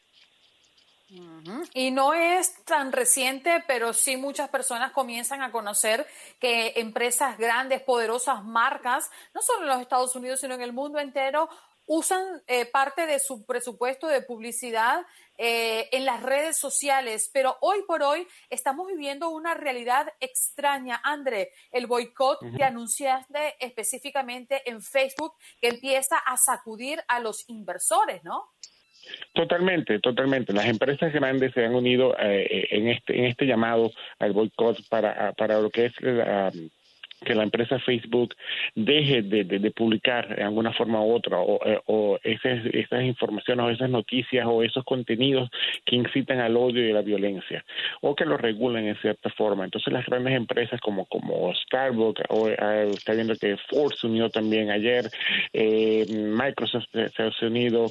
Y no es tan reciente, pero sí muchas personas comienzan a conocer que empresas grandes, poderosas marcas, no solo en los Estados Unidos, sino en el mundo entero, usan parte de su presupuesto de publicidad en las redes sociales. Pero hoy por hoy estamos viviendo una realidad extraña. André, el boicot que anunciaste específicamente en Facebook, que empieza a sacudir a los inversores, ¿no? Totalmente. Las empresas grandes se han unido en este llamado al boicot para lo que es que la empresa Facebook deje de publicar de alguna forma u otra o esas informaciones o esas noticias o esos contenidos que incitan al odio y a la violencia o que lo regulen en cierta forma. Entonces las grandes empresas como Starbucks está viendo que Ford se unió también ayer, Microsoft se ha unido,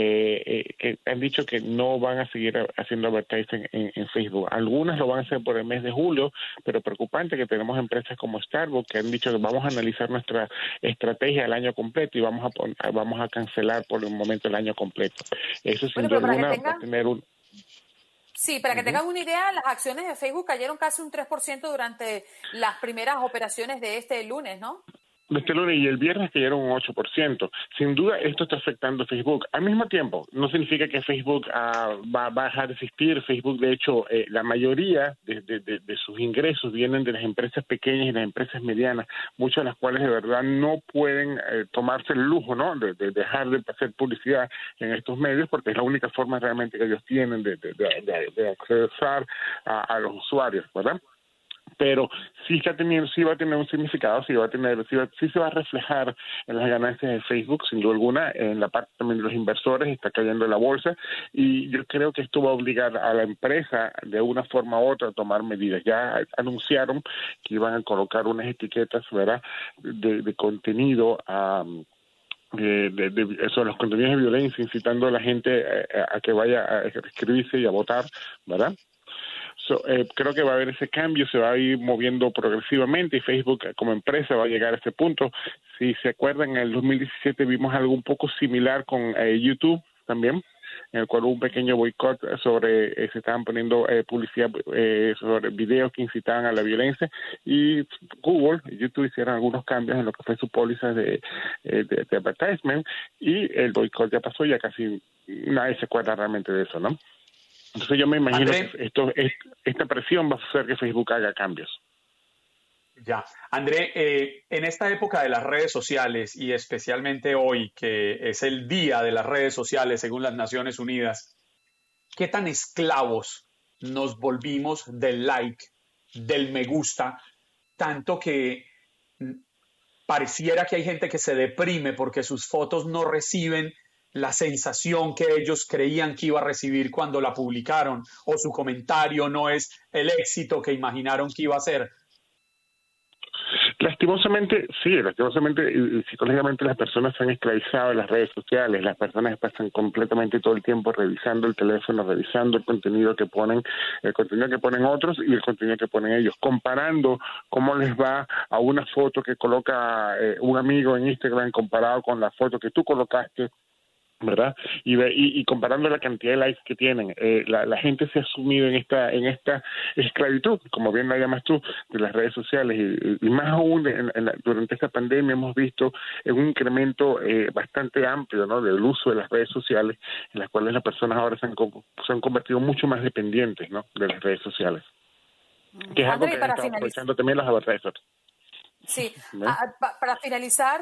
que han dicho que no van a seguir haciendo advertising en Facebook. Algunas lo van a hacer por el mes de julio, pero preocupante que tenemos empresas como Starbucks que han dicho que vamos a analizar nuestra estrategia el año completo y vamos a cancelar por el momento el año completo. Eso sin duda alguna va a tener un... Sí, para que tengan una idea, las acciones de Facebook cayeron casi un 3% durante las primeras operaciones de este lunes, ¿no? Este lunes y el viernes cayeron un 8%. Sin duda esto está afectando a Facebook. Al mismo tiempo, no significa que Facebook va a dejar de existir. Facebook, de hecho, la mayoría de sus ingresos vienen de las empresas pequeñas y las empresas medianas, muchas de las cuales de verdad no pueden tomarse el lujo, ¿no?, de dejar de hacer publicidad en estos medios, porque es la única forma realmente que ellos tienen de accesar a los usuarios, ¿verdad? Pero sí va a tener un significado, sí se va a reflejar en las ganancias de Facebook, sin duda alguna, en la parte también de los inversores, está cayendo la bolsa, y yo creo que esto va a obligar a la empresa de una forma u otra a tomar medidas. Ya anunciaron que iban a colocar unas etiquetas, ¿verdad?, de contenido sobre los contenidos de violencia, incitando a la gente a que vaya a inscribirse y a votar, ¿verdad? Creo que va a haber ese cambio, se va a ir moviendo progresivamente y Facebook como empresa va a llegar a ese punto. Si se acuerdan, en el 2017 vimos algo un poco similar con YouTube también, en el cual hubo un pequeño boicot se estaban poniendo publicidad sobre videos que incitaban a la violencia, y Google y YouTube hicieron algunos cambios en lo que fue su póliza de advertisement, y el boicot ya pasó, ya casi nadie se acuerda realmente de eso, ¿no? Entonces yo me imagino que esta presión va a hacer que Facebook haga cambios. Ya. André, en esta época de las redes sociales y especialmente hoy, que es el día de las redes sociales según las Naciones Unidas, ¿qué tan esclavos nos volvimos del like, del me gusta, tanto que pareciera que hay gente que se deprime porque sus fotos no reciben la sensación que ellos creían que iba a recibir cuando la publicaron, o su comentario no es el éxito que imaginaron que iba a ser? Lastimosamente, y psicológicamente las personas se han esclavizado en las redes sociales. Las personas pasan completamente todo el tiempo revisando el teléfono, revisando el contenido que ponen otros y el contenido que ponen ellos, comparando cómo les va a una foto que coloca un amigo en Instagram comparado con la foto que tú colocaste, ¿verdad? Y comparando la cantidad de likes que tienen, la gente se ha sumido en esta esclavitud, como bien la llamas tú, de las redes sociales, y más aún durante esta pandemia hemos visto un incremento bastante amplio, ¿no?, del uso de las redes sociales, en las cuales las personas ahora se han convertido mucho más dependientes, ¿no?, de las redes sociales, que es algo que están aprovechando también las advertisers. Sí, para finalizar,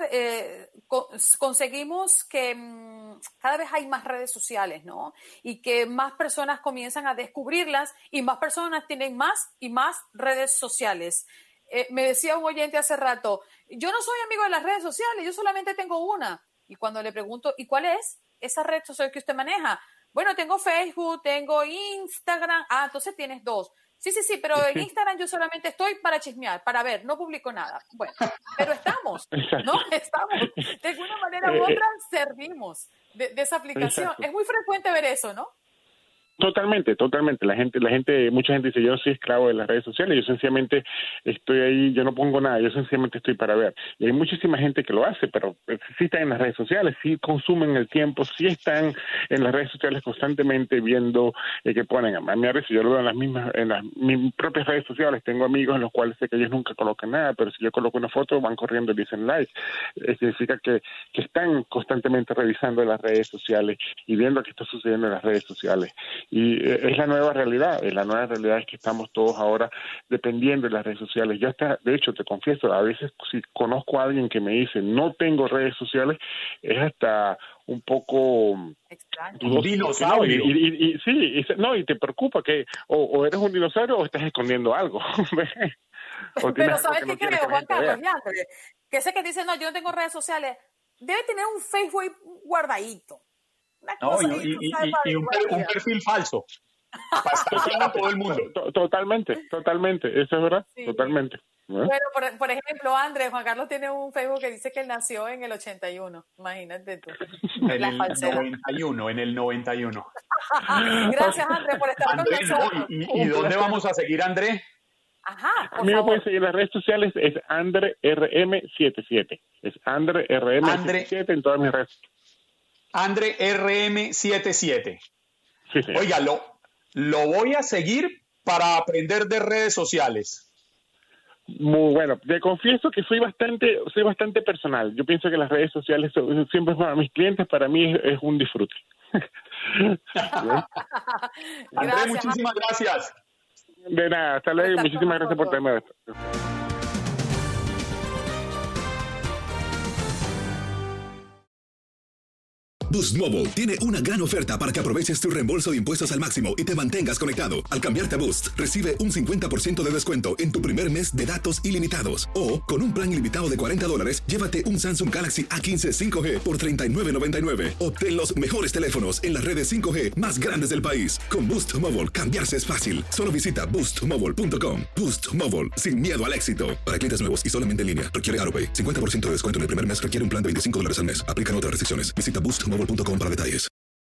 conseguimos que cada vez hay más redes sociales, ¿no? Y que más personas comienzan a descubrirlas y más personas tienen más y más redes sociales. Me decía un oyente hace rato, yo no soy amigo de las redes sociales, yo solamente tengo una. Y cuando le pregunto, ¿y cuál es esa red social que usted maneja? Bueno, tengo Facebook, tengo Instagram. Ah, entonces tienes 2. Sí, pero en Instagram yo solamente estoy para chismear, para ver, no publico nada. Bueno, pero estamos, ¿no? Estamos. De alguna manera u otra servimos de esa aplicación. Exacto. Es muy frecuente ver eso, ¿no? Totalmente. Mucha gente dice, yo no soy esclavo de las redes sociales, yo sencillamente estoy ahí, yo no pongo nada, yo sencillamente estoy para ver. Y hay muchísima gente que lo hace, pero sí están en las redes sociales, sí consumen el tiempo, sí están en las redes sociales constantemente viendo que ponen. A mí a veces yo lo veo en mis propias redes sociales, tengo amigos en los cuales sé que ellos nunca colocan nada, pero si yo coloco una foto van corriendo y dicen like. Significa que están constantemente revisando las redes sociales y viendo qué está sucediendo en las redes sociales. Y es la nueva realidad. La nueva realidad es que estamos todos ahora dependiendo de las redes sociales. Yo hasta, de hecho, te confieso, a veces si conozco a alguien que me dice no tengo redes sociales, es hasta un poco extraño. Un dinosaurio. Y te preocupa que o eres un dinosaurio o estás escondiendo algo. Pero ¿sabes qué creo, Juan Carlos? Que sé que dice, no, yo no tengo redes sociales. Debe tener un Facebook guardadito. No, y un perfil falso. Para todo el mundo. Totalmente, eso es verdad, sí. Totalmente. Bueno, por ejemplo, Andrés, Juan Carlos tiene un Facebook que dice que él nació en el 81. Imagínate tú. En el 91. Gracias, Andrés, por estar con nosotros. ¿Y dónde vamos a seguir, Andrés? Ajá, a mí me pueden seguir en las redes sociales, es AndreRM77. Es AndreRM77 en todas mis redes. AndreRM77. Sí. Oiga, lo voy a seguir para aprender de redes sociales. Muy bueno. Te confieso que soy bastante personal. Yo pienso que las redes sociales siempre para mis clientes, para mí es un disfrute. Andrés, muchísimas gracias. De nada, hasta luego. Muchísimas gracias por tenerme. Boost Mobile tiene una gran oferta para que aproveches tu reembolso de impuestos al máximo y te mantengas conectado. Al cambiarte a Boost, recibe un 50% de descuento en tu primer mes de datos ilimitados. O, con un plan ilimitado de $40, llévate un Samsung Galaxy A15 5G por $39.99. Obtén los mejores teléfonos en las redes 5G más grandes del país. Con Boost Mobile, cambiarse es fácil. Solo visita boostmobile.com. Boost Mobile, sin miedo al éxito. Para clientes nuevos y solamente en línea, requiere AutoPay. 50% de descuento en el primer mes requiere un plan de $25 al mes. Aplican otras restricciones. Visita boostmobile.com para detalles.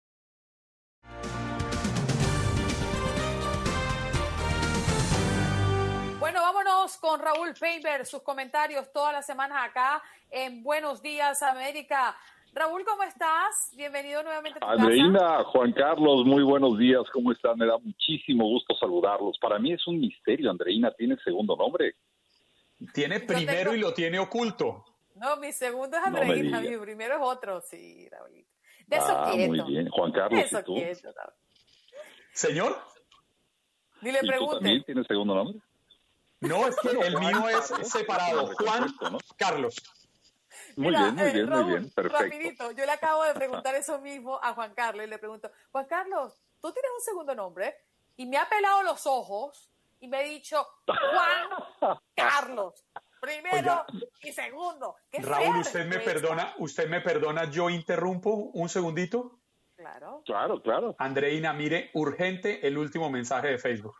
Bueno, vámonos con Raúl Painter, sus comentarios todas las semanas acá en Buenos Días América. Raúl, ¿cómo estás? Bienvenido nuevamente a tu Andreina, casa. Juan Carlos, muy buenos días, ¿cómo están? Me da muchísimo gusto saludarlos. Para mí es un misterio, Andreina, ¿tiene segundo nombre? Tiene primero y lo tiene oculto. No, mi segundo es Andreina, mi primero es otro, sí, Raúl. De eso quieto. Muy bien, Juan Carlos, eso ¿y tú? Quieto, Señor. Ni le pregunte. ¿Y tú también tienes segundo nombre? No, es que el mío es separado. Juan Carlos. Muy bien, Raúl, muy bien, perfecto. Rapidito, yo le acabo de preguntar eso mismo a Juan Carlos y le pregunto, Juan Carlos, ¿tú tienes un segundo nombre? Y me ha pelado los ojos y me ha dicho, Juan Carlos. Primero y segundo. Raúl, usted me perdona, yo interrumpo un segundito. Claro. Claro. Andreina, mire, urgente el último mensaje de Facebook.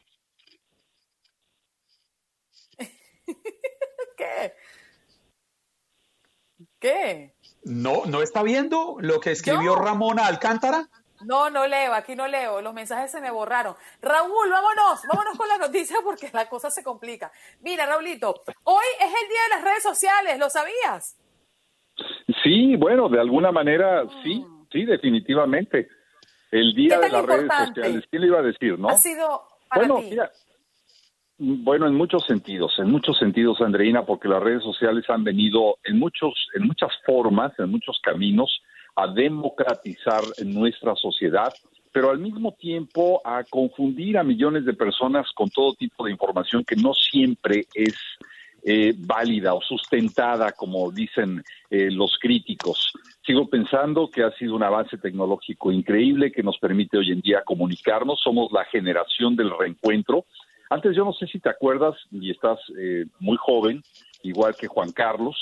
¿Qué? ¿No está viendo lo que escribió Ramona Alcántara? No leo, aquí no leo, los mensajes se me borraron. Raúl, vámonos con la noticia porque la cosa se complica. Mira, Raulito, hoy es el día de las redes sociales, ¿lo sabías? Sí, bueno, de alguna manera, sí, definitivamente. El día de las redes sociales, ¿quién le iba a decir, no? Ha sido para ti. Mira, bueno, en muchos sentidos, Andreina, porque las redes sociales han venido en muchas formas, en muchos caminos, a democratizar nuestra sociedad, pero al mismo tiempo a confundir a millones de personas con todo tipo de información que no siempre es válida o sustentada, como dicen los críticos. Sigo pensando que ha sido un avance tecnológico increíble que nos permite hoy en día comunicarnos. Somos la generación del reencuentro. Antes, yo no sé si te acuerdas, y estás muy joven, igual que Juan Carlos,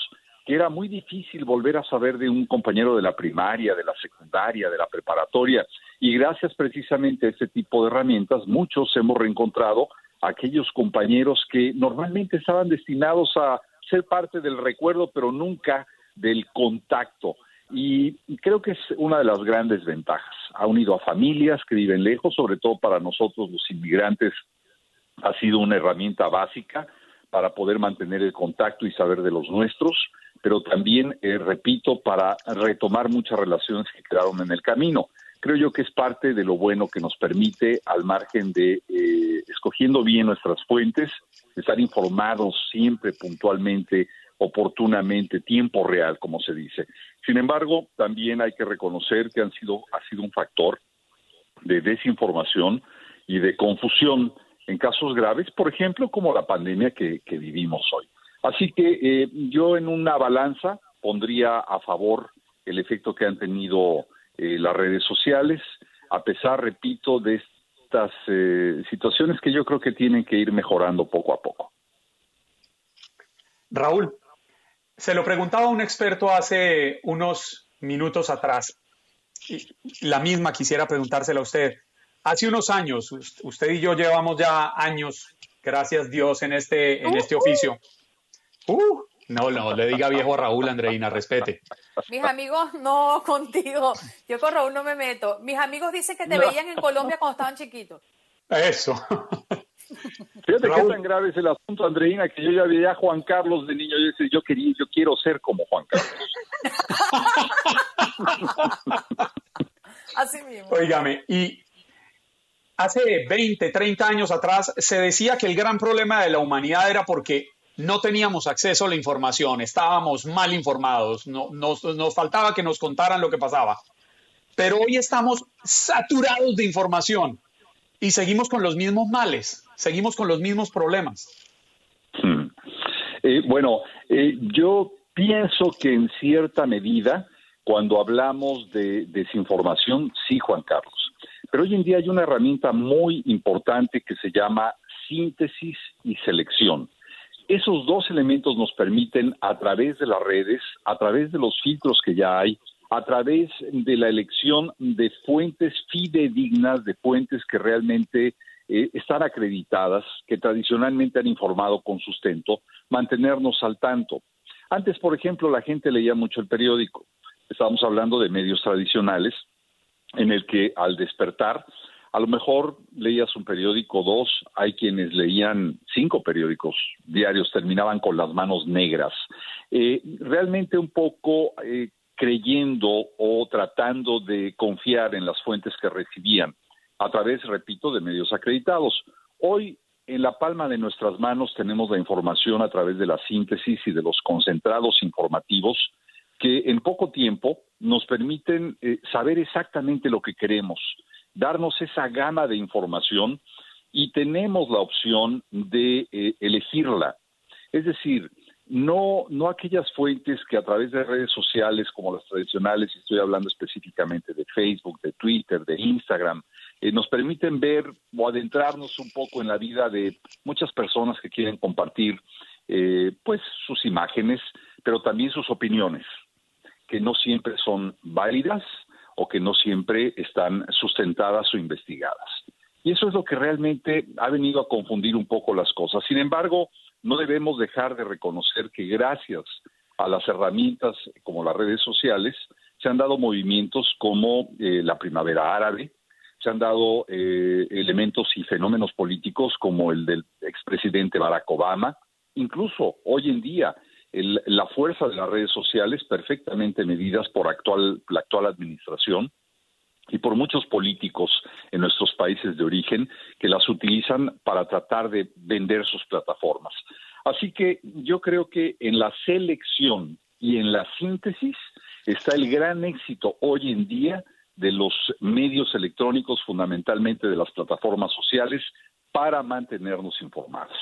que era muy difícil volver a saber de un compañero de la primaria, de la secundaria, de la preparatoria. Y gracias precisamente a este tipo de herramientas, muchos hemos reencontrado a aquellos compañeros que normalmente estaban destinados a ser parte del recuerdo, pero nunca del contacto. Y creo que es una de las grandes ventajas. Ha unido a familias que viven lejos, sobre todo para nosotros los inmigrantes ha sido una herramienta básica para poder mantener el contacto y saber de los nuestros, pero también, repito, para retomar muchas relaciones que quedaron en el camino. Creo yo que es parte de lo bueno que nos permite, al margen de, escogiendo bien nuestras fuentes, estar informados siempre puntualmente, oportunamente, tiempo real, como se dice. Sin embargo, también hay que reconocer que ha sido un factor de desinformación y de confusión en casos graves, por ejemplo, como la pandemia que vivimos hoy. Así que yo en una balanza pondría a favor el efecto que han tenido las redes sociales, a pesar, repito, de estas situaciones que yo creo que tienen que ir mejorando poco a poco. Raúl, se lo preguntaba a un experto hace unos minutos atrás, y la misma quisiera preguntársela a usted. Hace unos años, usted y yo llevamos ya años, gracias Dios, en este oficio. No le diga viejo a Raúl, Andreina, respete. Mis amigos, no, contigo. Yo con Raúl no me meto. Mis amigos dicen que te veían en Colombia cuando estaban chiquitos. Eso. Fíjate qué tan grave es el asunto, Andreina, que yo ya veía a Juan Carlos de niño. Yo quiero ser como Juan Carlos. Así mismo. Óigame, y hace 20, 30 años atrás se decía que el gran problema de la humanidad era porque no teníamos acceso a la información, estábamos mal informados, nos faltaba que nos contaran lo que pasaba. Pero hoy estamos saturados de información y seguimos con los mismos males, seguimos con los mismos problemas. Yo pienso que en cierta medida, cuando hablamos de desinformación, sí, Juan Carlos. Pero hoy en día hay una herramienta muy importante que se llama síntesis y selección. Esos dos elementos nos permiten, a través de las redes, a través de los filtros que ya hay, a través de la elección de fuentes fidedignas, de fuentes que realmente están acreditadas, que tradicionalmente han informado con sustento, mantenernos al tanto. Antes, por ejemplo, la gente leía mucho el periódico. Estábamos hablando de medios tradicionales, en el que al despertar, a lo mejor leías un periódico, dos, hay quienes leían 5 periódicos diarios, terminaban con las manos negras. Realmente un poco creyendo o tratando de confiar en las fuentes que recibían, a través, repito, de medios acreditados. Hoy, en la palma de nuestras manos, tenemos la información a través de la síntesis y de los concentrados informativos, que en poco tiempo nos permiten saber exactamente lo que queremos, darnos esa gama de información y tenemos la opción de elegirla. Es decir, no aquellas fuentes que a través de redes sociales como las tradicionales, y estoy hablando específicamente de Facebook, de Twitter, de Instagram, nos permiten ver o adentrarnos un poco en la vida de muchas personas que quieren compartir pues sus imágenes, pero también sus opiniones, que no siempre son válidas o que no siempre están sustentadas o investigadas. Y eso es lo que realmente ha venido a confundir un poco las cosas. Sin embargo, no debemos dejar de reconocer que gracias a las herramientas como las redes sociales se han dado movimientos como la primavera árabe, se han dado elementos y fenómenos políticos como el del expresidente Barack Obama. Incluso hoy en día la fuerza de las redes sociales, perfectamente medidas por la actual administración y por muchos políticos en nuestros países de origen que las utilizan para tratar de vender sus plataformas. Así que yo creo que en la selección y en la síntesis está el gran éxito hoy en día de los medios electrónicos, fundamentalmente de las plataformas sociales, para mantenernos informados.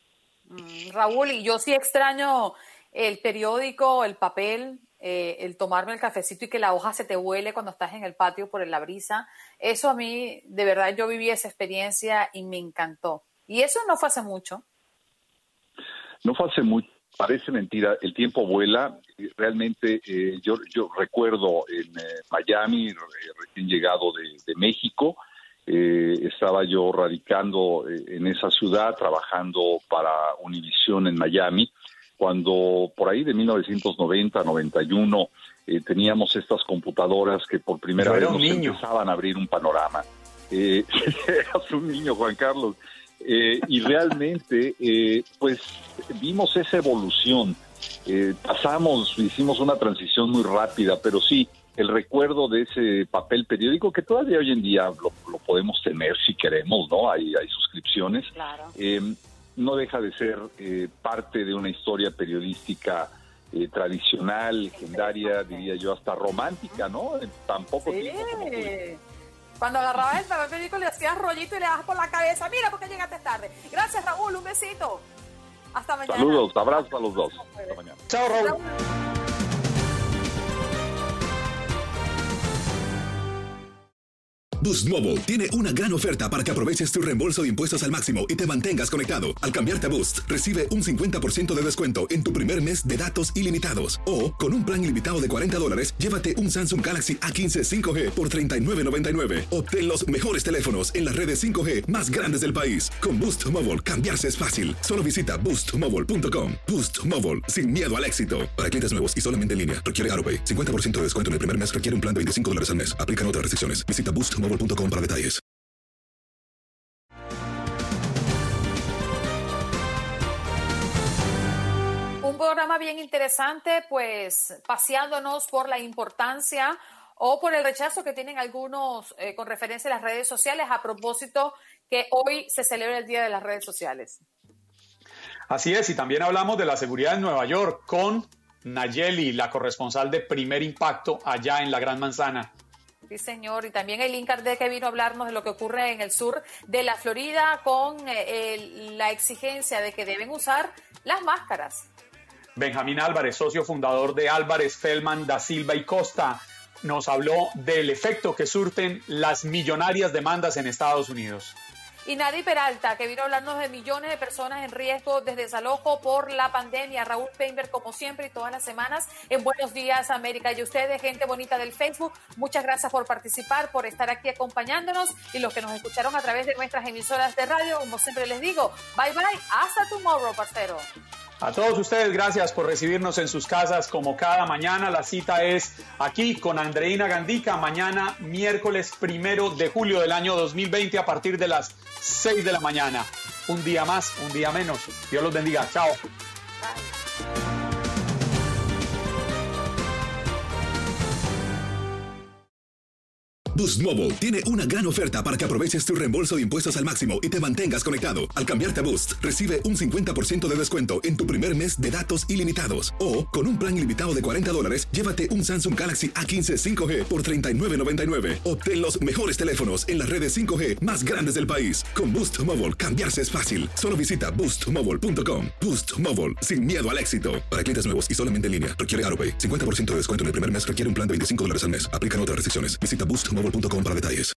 Raúl, y yo sí extraño el periódico, el papel, el tomarme el cafecito y que la hoja se te huele cuando estás en el patio por la brisa. Eso a mí, de verdad, yo viví esa experiencia y me encantó. Y eso no fue hace mucho. No fue hace mucho, parece mentira, el tiempo vuela. realmente yo recuerdo en Miami, recién llegado de México, estaba yo radicando en esa ciudad, trabajando para Univision en Miami, cuando por ahí de 1990-91 teníamos estas computadoras que por primera vez nos empezaban a abrir un panorama. Eras un niño, Juan Carlos. Y realmente, pues, vimos esa evolución. Hicimos una transición muy rápida, pero sí, el recuerdo de ese papel periódico, que todavía hoy en día lo podemos tener si queremos, ¿no? Hay suscripciones. Claro. No deja de ser parte de una historia periodística tradicional, legendaria, diría yo, hasta romántica, ¿no? En tan poco tiempo como tú. Cuando agarrabas el papel periódico le hacías rollito y le dabas por la cabeza. Mira, porque llegaste tarde. Gracias, Raúl. Un besito. Hasta mañana. Saludos, abrazos a los dos. Hasta mañana. Chao, Raúl. Boost Mobile tiene una gran oferta para que aproveches tu reembolso de impuestos al máximo y te mantengas conectado. Al cambiarte a Boost, recibe un 50% de descuento en tu primer mes de datos ilimitados. O, con un plan ilimitado de $40, llévate un Samsung Galaxy A15 5G por $39.99. Obtén los mejores teléfonos en las redes 5G más grandes del país. Con Boost Mobile, cambiarse es fácil. Solo visita boostmobile.com. Boost Mobile, sin miedo al éxito. Para clientes nuevos y solamente en línea, requiere AutoPay. 50% de descuento en el primer mes requiere un plan de $25 al mes. Aplican otras restricciones. Visita boostmobile.com para detalles. Un programa bien interesante, pues paseándonos por la importancia o por el rechazo que tienen algunos con referencia a las redes sociales, a propósito que hoy se celebra el Día de las Redes Sociales. Así es, y también hablamos de la seguridad en Nueva York con Nayeli, la corresponsal de Primer Impacto allá en la Gran Manzana. Sí, señor, y también Eileen Cardé, que vino a hablarnos de lo que ocurre en el sur de la Florida con la exigencia de que deben usar las máscaras. Benjamín Álvarez, socio fundador de Álvarez, Feldman, Da Silva y Costa, nos habló del efecto que surten las millonarias demandas en Estados Unidos. Y Nadi Peralta, que vino a hablarnos de millones de personas en riesgo de desalojo por la pandemia. Raúl Peinberg, como siempre, y todas las semanas en Buenos Días América. Y ustedes, gente bonita del Facebook, muchas gracias por participar, por estar aquí acompañándonos. Y los que nos escucharon a través de nuestras emisoras de radio, como siempre les digo, bye bye, hasta tomorrow, parcero. A todos ustedes, gracias por recibirnos en sus casas como cada mañana. La cita es aquí con Andreina Gandica, mañana miércoles 1 de julio del año 2020 a partir de las 6 de la mañana. Un día más, un día menos. Dios los bendiga. Chao. Bye. Boost Mobile tiene una gran oferta para que aproveches tu reembolso de impuestos al máximo y te mantengas conectado. Al cambiarte a Boost, recibe un 50% de descuento en tu primer mes de datos ilimitados. O, con un plan ilimitado de $40, llévate un Samsung Galaxy A15 5G por $39.99. Obtén los mejores teléfonos en las redes 5G más grandes del país. Con Boost Mobile, cambiarse es fácil. Solo visita boostmobile.com. Boost Mobile, sin miedo al éxito. Para clientes nuevos y solamente en línea, requiere AutoPay. 50% de descuento en el primer mes requiere un plan de $25 al mes. Aplican otras restricciones. Visita boostmobile.com para detalles.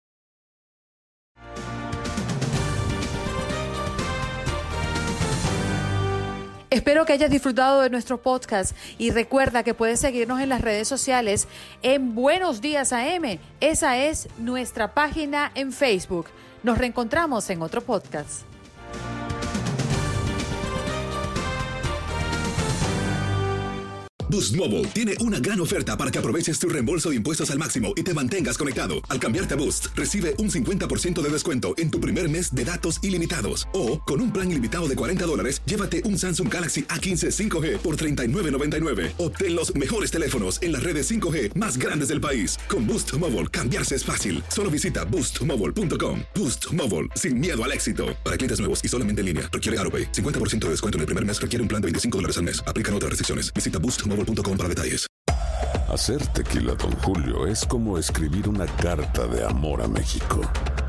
Espero que hayas disfrutado de nuestro podcast y recuerda que puedes seguirnos en las redes sociales en Buenos Días AM. Esa es nuestra página en Facebook. Nos reencontramos en otro podcast. Boost Mobile tiene una gran oferta para que aproveches tu reembolso de impuestos al máximo y te mantengas conectado. Al cambiarte a Boost, recibe un 50% de descuento en tu primer mes de datos ilimitados. O, con un plan ilimitado de $40, llévate un Samsung Galaxy A15 5G por $39.99. Obtén los mejores teléfonos en las redes 5G más grandes del país. Con Boost Mobile, cambiarse es fácil. Solo visita boostmobile.com. Boost Mobile, sin miedo al éxito. Para clientes nuevos y solamente en línea, requiere AutoPay. 50% de descuento en el primer mes requiere un plan de $25 al mes. Aplican otras restricciones. Visita boostmobile.com para detalles. Hacer tequila Don Julio es como escribir una carta de amor a México.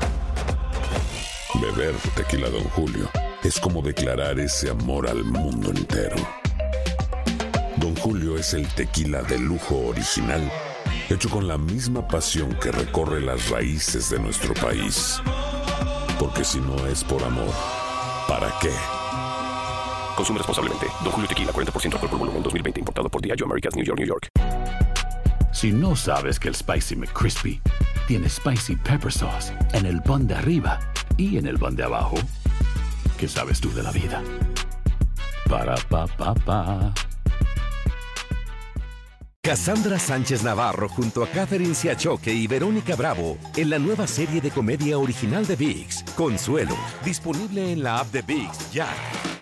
Beber tequila Don Julio es como declarar ese amor al mundo entero. Don Julio es el tequila de lujo original, hecho con la misma pasión que recorre las raíces de nuestro país. Porque si no es por amor, ¿para qué? Consume responsablemente. Don Julio Tequila, 40% alcohol por volumen, 2020. Importado por Diageo Americas, New York, New York. Si no sabes que el Spicy McCrispy tiene Spicy Pepper Sauce en el pan de arriba y en el pan de abajo, ¿qué sabes tú de la vida? Para, pa, pa, pa. Cassandra Sánchez Navarro junto a Catherine Siachoque y Verónica Bravo en la nueva serie de comedia original de ViX, Consuelo, disponible en la app de ViX ya.